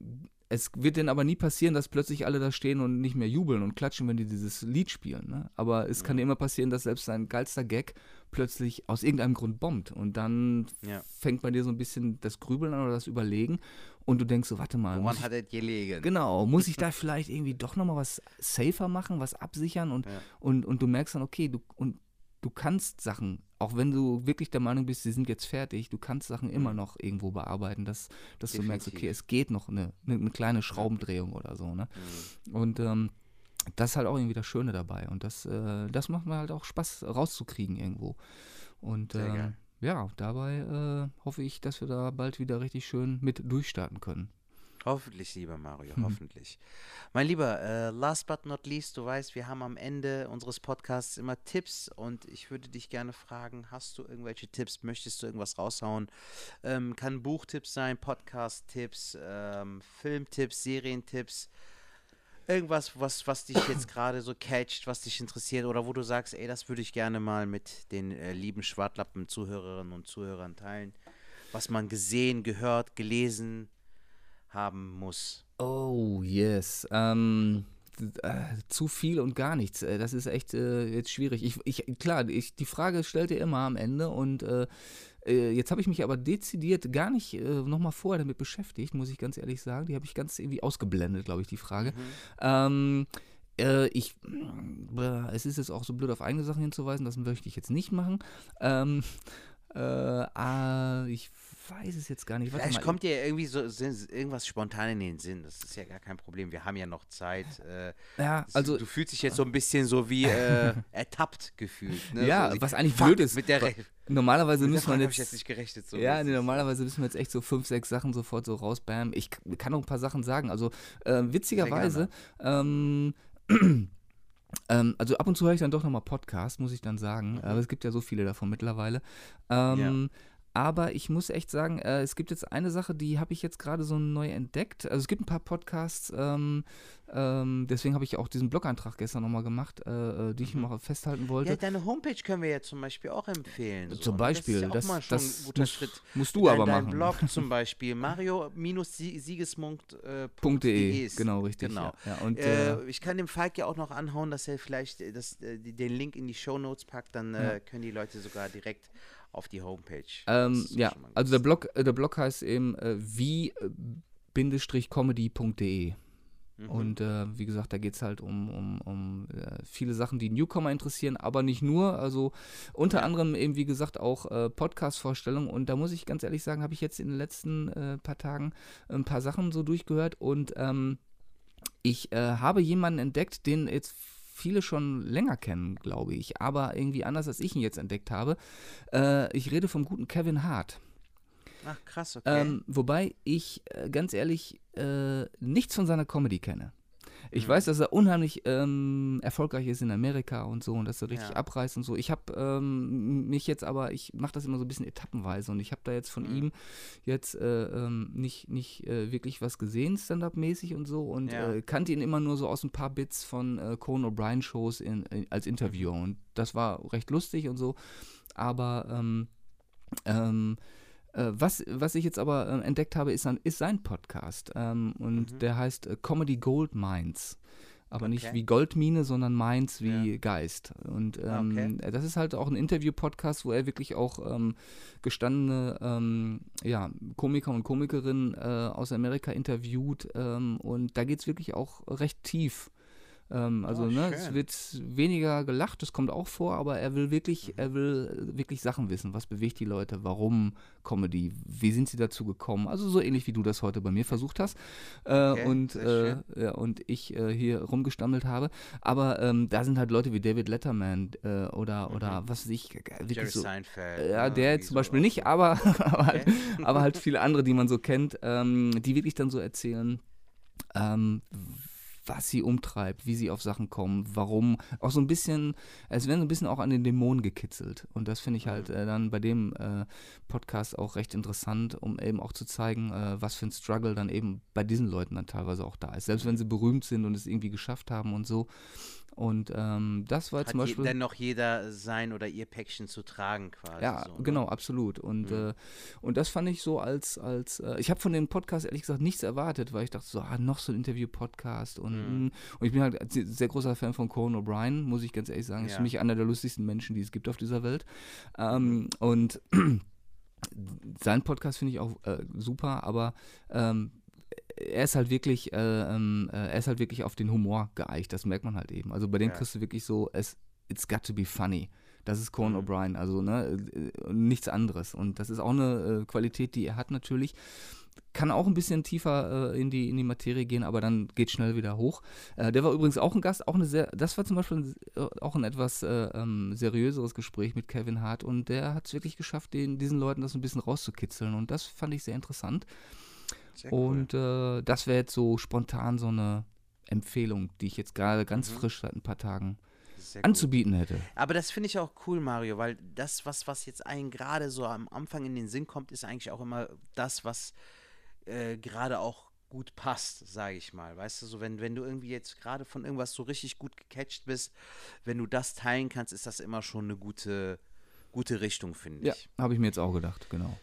es wird denen aber nie passieren, dass plötzlich alle da stehen und nicht mehr jubeln und klatschen, wenn die dieses Lied spielen. Ne? Aber es kann dir immer passieren, dass selbst dein geilster Gag plötzlich aus irgendeinem Grund bombt. Und dann Ja. fängt bei dir so ein bisschen das Grübeln an oder das Überlegen. Und du denkst so, warte mal. muss Woran ich, hat es gelegen? genau, muss ich da vielleicht irgendwie doch nochmal was safer machen, was absichern? Und, Ja. und, und du merkst dann, okay, du, und du kannst Sachen, auch wenn du wirklich der Meinung bist, sie sind jetzt fertig, du kannst Sachen immer Mhm. noch irgendwo bearbeiten, dass, dass du merkst, Definitiv. okay, es geht noch eine, eine, eine kleine Schraubendrehung oder so. Ne? Mhm. Und ähm, das ist halt auch irgendwie das Schöne dabei. Und das, äh, das macht mir halt auch Spaß rauszukriegen irgendwo. Und Sehr ähm, geil. ja, dabei äh, hoffe ich, dass wir da bald wieder richtig schön mit durchstarten können. Hoffentlich, lieber Mario, Mhm. hoffentlich. Mein Lieber, äh, last but not least, du weißt, wir haben am Ende unseres Podcasts immer Tipps und ich würde dich gerne fragen, hast du irgendwelche Tipps, möchtest du irgendwas raushauen? Ähm, kann Buchtipps sein, Podcast-Tipps, ähm, Filmtipps, Serientipps, irgendwas, was, was dich jetzt gerade so catcht, was dich interessiert oder wo du sagst, ey, das würde ich gerne mal mit den äh, lieben Schwartlappen-Zuhörerinnen und Zuhörern teilen, was man gesehen, gehört, gelesen haben muss. Oh, yes. Ähm, äh, zu viel und gar nichts. Äh, das ist echt äh, jetzt schwierig. Ich, ich, klar, ich, die Frage stellt ihr immer am Ende und äh, äh, jetzt habe ich mich aber dezidiert gar nicht äh, nochmal vorher damit beschäftigt, muss ich ganz ehrlich sagen. Die habe ich ganz irgendwie ausgeblendet, glaube ich, die Frage. Mhm. Ähm, äh, ich, äh, es ist jetzt auch so blöd, auf eigene Sachen hinzuweisen, das möchte ich jetzt nicht machen. Ähm, äh, äh, ich weiß es jetzt gar nicht. Warte Vielleicht mal. kommt dir irgendwie so Sinn- irgendwas spontan in den Sinn. Das ist ja gar kein Problem. Wir haben ja noch Zeit. Äh, Ja, das- also du fühlst dich jetzt so ein bisschen so wie äh, ertappt gefühlt. Ne? Ja, so, was eigentlich fuck, blöd ist. Mit der, Re Normalerweise mit der müssen wir Frage habe ich jetzt jetzt. nicht gerechnet. So Ja, mäßig, nee, so. normalerweise müssen wir jetzt echt so fünf, sechs Sachen sofort so raus, bam. Ich k- kann noch ein paar Sachen sagen. Also äh, witzigerweise, ähm, ähm, also ab und zu höre ich dann doch nochmal Podcasts, muss ich dann sagen. Mhm. Aber es gibt ja so viele davon mittlerweile. Ähm, Aber ich muss echt sagen, äh, es gibt jetzt eine Sache, die habe ich jetzt gerade so neu entdeckt. Also es gibt ein paar Podcasts, ähm, ähm, deswegen habe ich auch diesen Blog-Eintrag gestern nochmal gemacht, äh, äh, die ich Mhm. mal festhalten wollte. Ja, deine Homepage können wir ja zum Beispiel auch empfehlen. So, Zum ne? Beispiel, Das ist ja auch das, mal schon das ein guter muss, Schritt. musst du Dein, aber dein machen. Blog zum Beispiel, mario-siegesmund äh, Punkt de, ist. genau, richtig. Genau. Ja. Ja, und, Äh, äh, ich kann dem Falk ja auch noch anhauen, dass er vielleicht äh, das, äh, die- den Link in die Shownotes packt, dann äh, Ja. können die Leute sogar direkt auf die Homepage. ähm, Das ist ja, schon mal ein also der gutes Blog, äh, der Blog heißt eben äh, wie-comedy punkt de. Ding. Mhm. Und äh, wie gesagt, da geht es halt um, um, um äh, viele Sachen, die Newcomer interessieren, aber nicht nur. Also unter Ja. anderem eben, wie gesagt, auch äh, Podcast-Vorstellungen. Und da muss ich ganz ehrlich sagen, habe ich jetzt in den letzten äh, paar Tagen ein paar Sachen so durchgehört. Und ähm, ich äh, habe jemanden entdeckt, den jetzt viele schon länger kennen, glaube ich, aber irgendwie anders, als ich ihn jetzt entdeckt habe. Äh, ich rede vom guten Kevin Hart. Ach, krass, okay. Ähm, wobei ich äh, ganz ehrlich äh, nichts von seiner Comedy kenne. Ich Mhm. weiß, dass er unheimlich ähm, erfolgreich ist in Amerika und so und dass er richtig Ja. abreißt und so. Ich habe ähm, mich jetzt aber, ich mache das immer so ein bisschen etappenweise und ich habe da jetzt von Mhm. ihm jetzt äh, ähm, nicht, nicht äh, wirklich was gesehen, Stand-up-mäßig und so und Ja. äh, kannte ihn immer nur so aus ein paar Bits von äh, Conan O'Brien-Shows in, in, als Interviewer und das war recht lustig und so, aber ähm, ähm, äh, was, was ich jetzt aber äh, entdeckt habe, ist, ein, ist sein Podcast. Ähm, und Mhm. der heißt äh, Comedy Gold Mines. Aber nicht Okay. wie Goldmine, sondern Mines wie Ja. Geist. Und Ah, ähm, das ist halt auch ein Interview-Podcast, wo er wirklich auch ähm, gestandene ähm, ja, Komiker und Komikerinnen äh, aus Amerika interviewt. Ähm, und da geht es wirklich auch recht tief. Ähm, also, Oh, ne, es schön. wird weniger gelacht, das kommt auch vor, aber er will wirklich, Mhm. er will äh, wirklich Sachen wissen. Was bewegt die Leute? Warum Comedy? Wie sind sie dazu gekommen? Also so ähnlich wie du das heute bei mir versucht hast äh, Okay, und, sehr äh, ja, und ich äh, hier rumgestammelt habe. Aber ähm, da sind halt Leute wie David Letterman äh, oder, Mhm. oder was weiß ich, äh, wirklich Jerry so. Seinfeld. Ja, ne, der irgendwie zum Beispiel sowas, nicht, ne? aber, aber, halt, Okay. aber halt viele andere, die man so kennt, ähm, die wirklich dann so erzählen, ähm, was sie umtreibt, wie sie auf Sachen kommen, warum, auch so ein bisschen, es werden so ein bisschen auch an den Dämonen gekitzelt und das finde ich halt Mhm. äh, dann bei dem äh, Podcast auch recht interessant, um eben auch zu zeigen, äh, was für ein Struggle dann eben bei diesen Leuten dann teilweise auch da ist, selbst wenn sie berühmt sind und es irgendwie geschafft haben und so und ähm, das war Hat zum je, Beispiel... dennoch jeder sein oder ihr Päckchen zu tragen quasi. Ja, so, ne? genau, absolut. Und, Mhm. äh, und das fand ich so als, als äh, ich habe von dem Podcast ehrlich gesagt nichts erwartet, weil ich dachte so, ah, noch so ein Interview-Podcast und, Mhm. mh. und ich bin halt sehr, sehr großer Fan von Conan O'Brien, muss ich ganz ehrlich sagen, ist Ja. für mich einer der lustigsten Menschen, die es gibt auf dieser Welt. Ähm, und sein Podcast finde ich auch äh, super, aber ähm, er ist halt wirklich, äh, ähm, äh, er ist halt wirklich auf den Humor geeicht, das merkt man halt eben. Also bei dem Ja. kriegst du wirklich so, es, it's got to be funny. Das ist Conan Mhm. O'Brien, also ne, äh, nichts anderes. Und das ist auch eine äh, Qualität, die er hat natürlich. Kann auch ein bisschen tiefer äh, in, die, in die Materie gehen, aber dann geht schnell wieder hoch. Äh, der war übrigens auch ein Gast, auch eine sehr, das war zum Beispiel ein, äh, auch ein etwas äh, ähm, seriöseres Gespräch mit Kevin Hart und der hat es wirklich geschafft, den, diesen Leuten das ein bisschen rauszukitzeln und das fand ich sehr interessant. Sehr cool. Und äh, das wäre jetzt so spontan so eine Empfehlung, die ich jetzt gerade ganz Mhm. frisch seit ein paar Tagen Sehr gut. anzubieten hätte. Aber das finde ich auch cool, Mario, weil das, was, was jetzt einen gerade so am Anfang in den Sinn kommt, ist eigentlich auch immer das, was äh, gerade auch gut passt, sage ich mal. Weißt du, so wenn, wenn du irgendwie jetzt gerade von irgendwas so richtig gut gecatcht bist, wenn du das teilen kannst, ist das immer schon eine gute, gute Richtung, finde Ja, ich. habe ich mir jetzt auch gedacht, genau.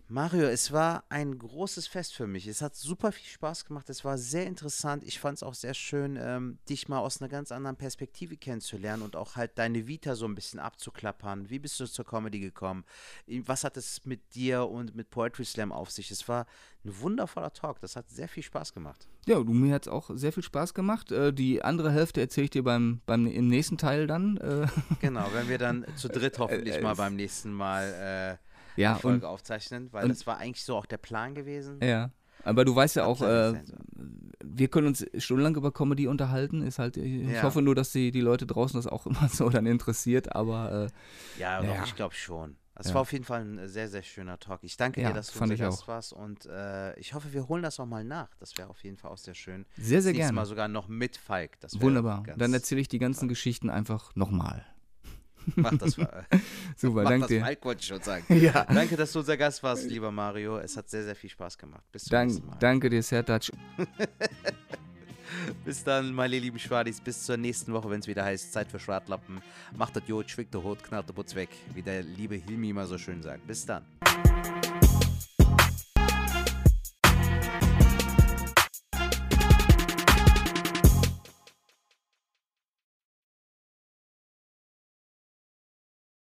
Mario, es war ein großes Fest für mich. Es hat super viel Spaß gemacht. Es war sehr interessant. Ich fand es auch sehr schön, ähm, dich mal aus einer ganz anderen Perspektive kennenzulernen und auch halt deine Vita so ein bisschen abzuklappern. Wie bist du zur Comedy gekommen? I- Was hat es mit dir und mit Poetry Slam auf sich? Es war ein wundervoller Talk. Das hat sehr viel Spaß gemacht. Ja, du, mir hat es auch sehr viel Spaß gemacht. Äh, die andere Hälfte erzähle ich dir beim, beim, im nächsten Teil dann. Äh, Genau, wenn wir dann zu dritt hoffentlich Äh, mal es- beim nächsten Mal äh, ja, die Folge und, aufzeichnen, weil und- das war eigentlich so auch der Plan gewesen. ja. Aber du weißt ja Hat auch, leider äh, nicht sein sollen. wir können uns stundenlang über Comedy unterhalten. Ist halt, ich Ja. hoffe nur, dass die, die Leute draußen das auch immer so dann interessiert. Aber äh, Ja, Ja. doch, ich glaube schon. Es Ja. war auf jeden Fall ein sehr, sehr schöner Talk. Ich danke Ja, dir, dass du fand unser ich Gast auch. warst und äh, ich hoffe, wir holen das auch mal nach. Das wäre auf jeden Fall auch sehr schön. sehr, sehr das nächste gerne. Mal sogar noch mit Falk. Das wär Wunderbar. ganz- Dann erzähle ich die ganzen Geschichten einfach nochmal. Mach das, mal. Super, Mach danke das dir. Falk, wollte ich schon sagen. Ja. Danke, dass du unser Gast warst, lieber Mario. Es hat sehr, sehr viel Spaß gemacht. Bis zum nächsten Mal. Dank, danke dir, Sertac. Bis dann, meine lieben Schwadis. Bis zur nächsten Woche, wenn es wieder heißt Zeit für Schwartlappen. Macht das Jod, schwickt der Hut, knallt der Putz weg. Wie der liebe Hilmi immer so schön sagt. Bis dann.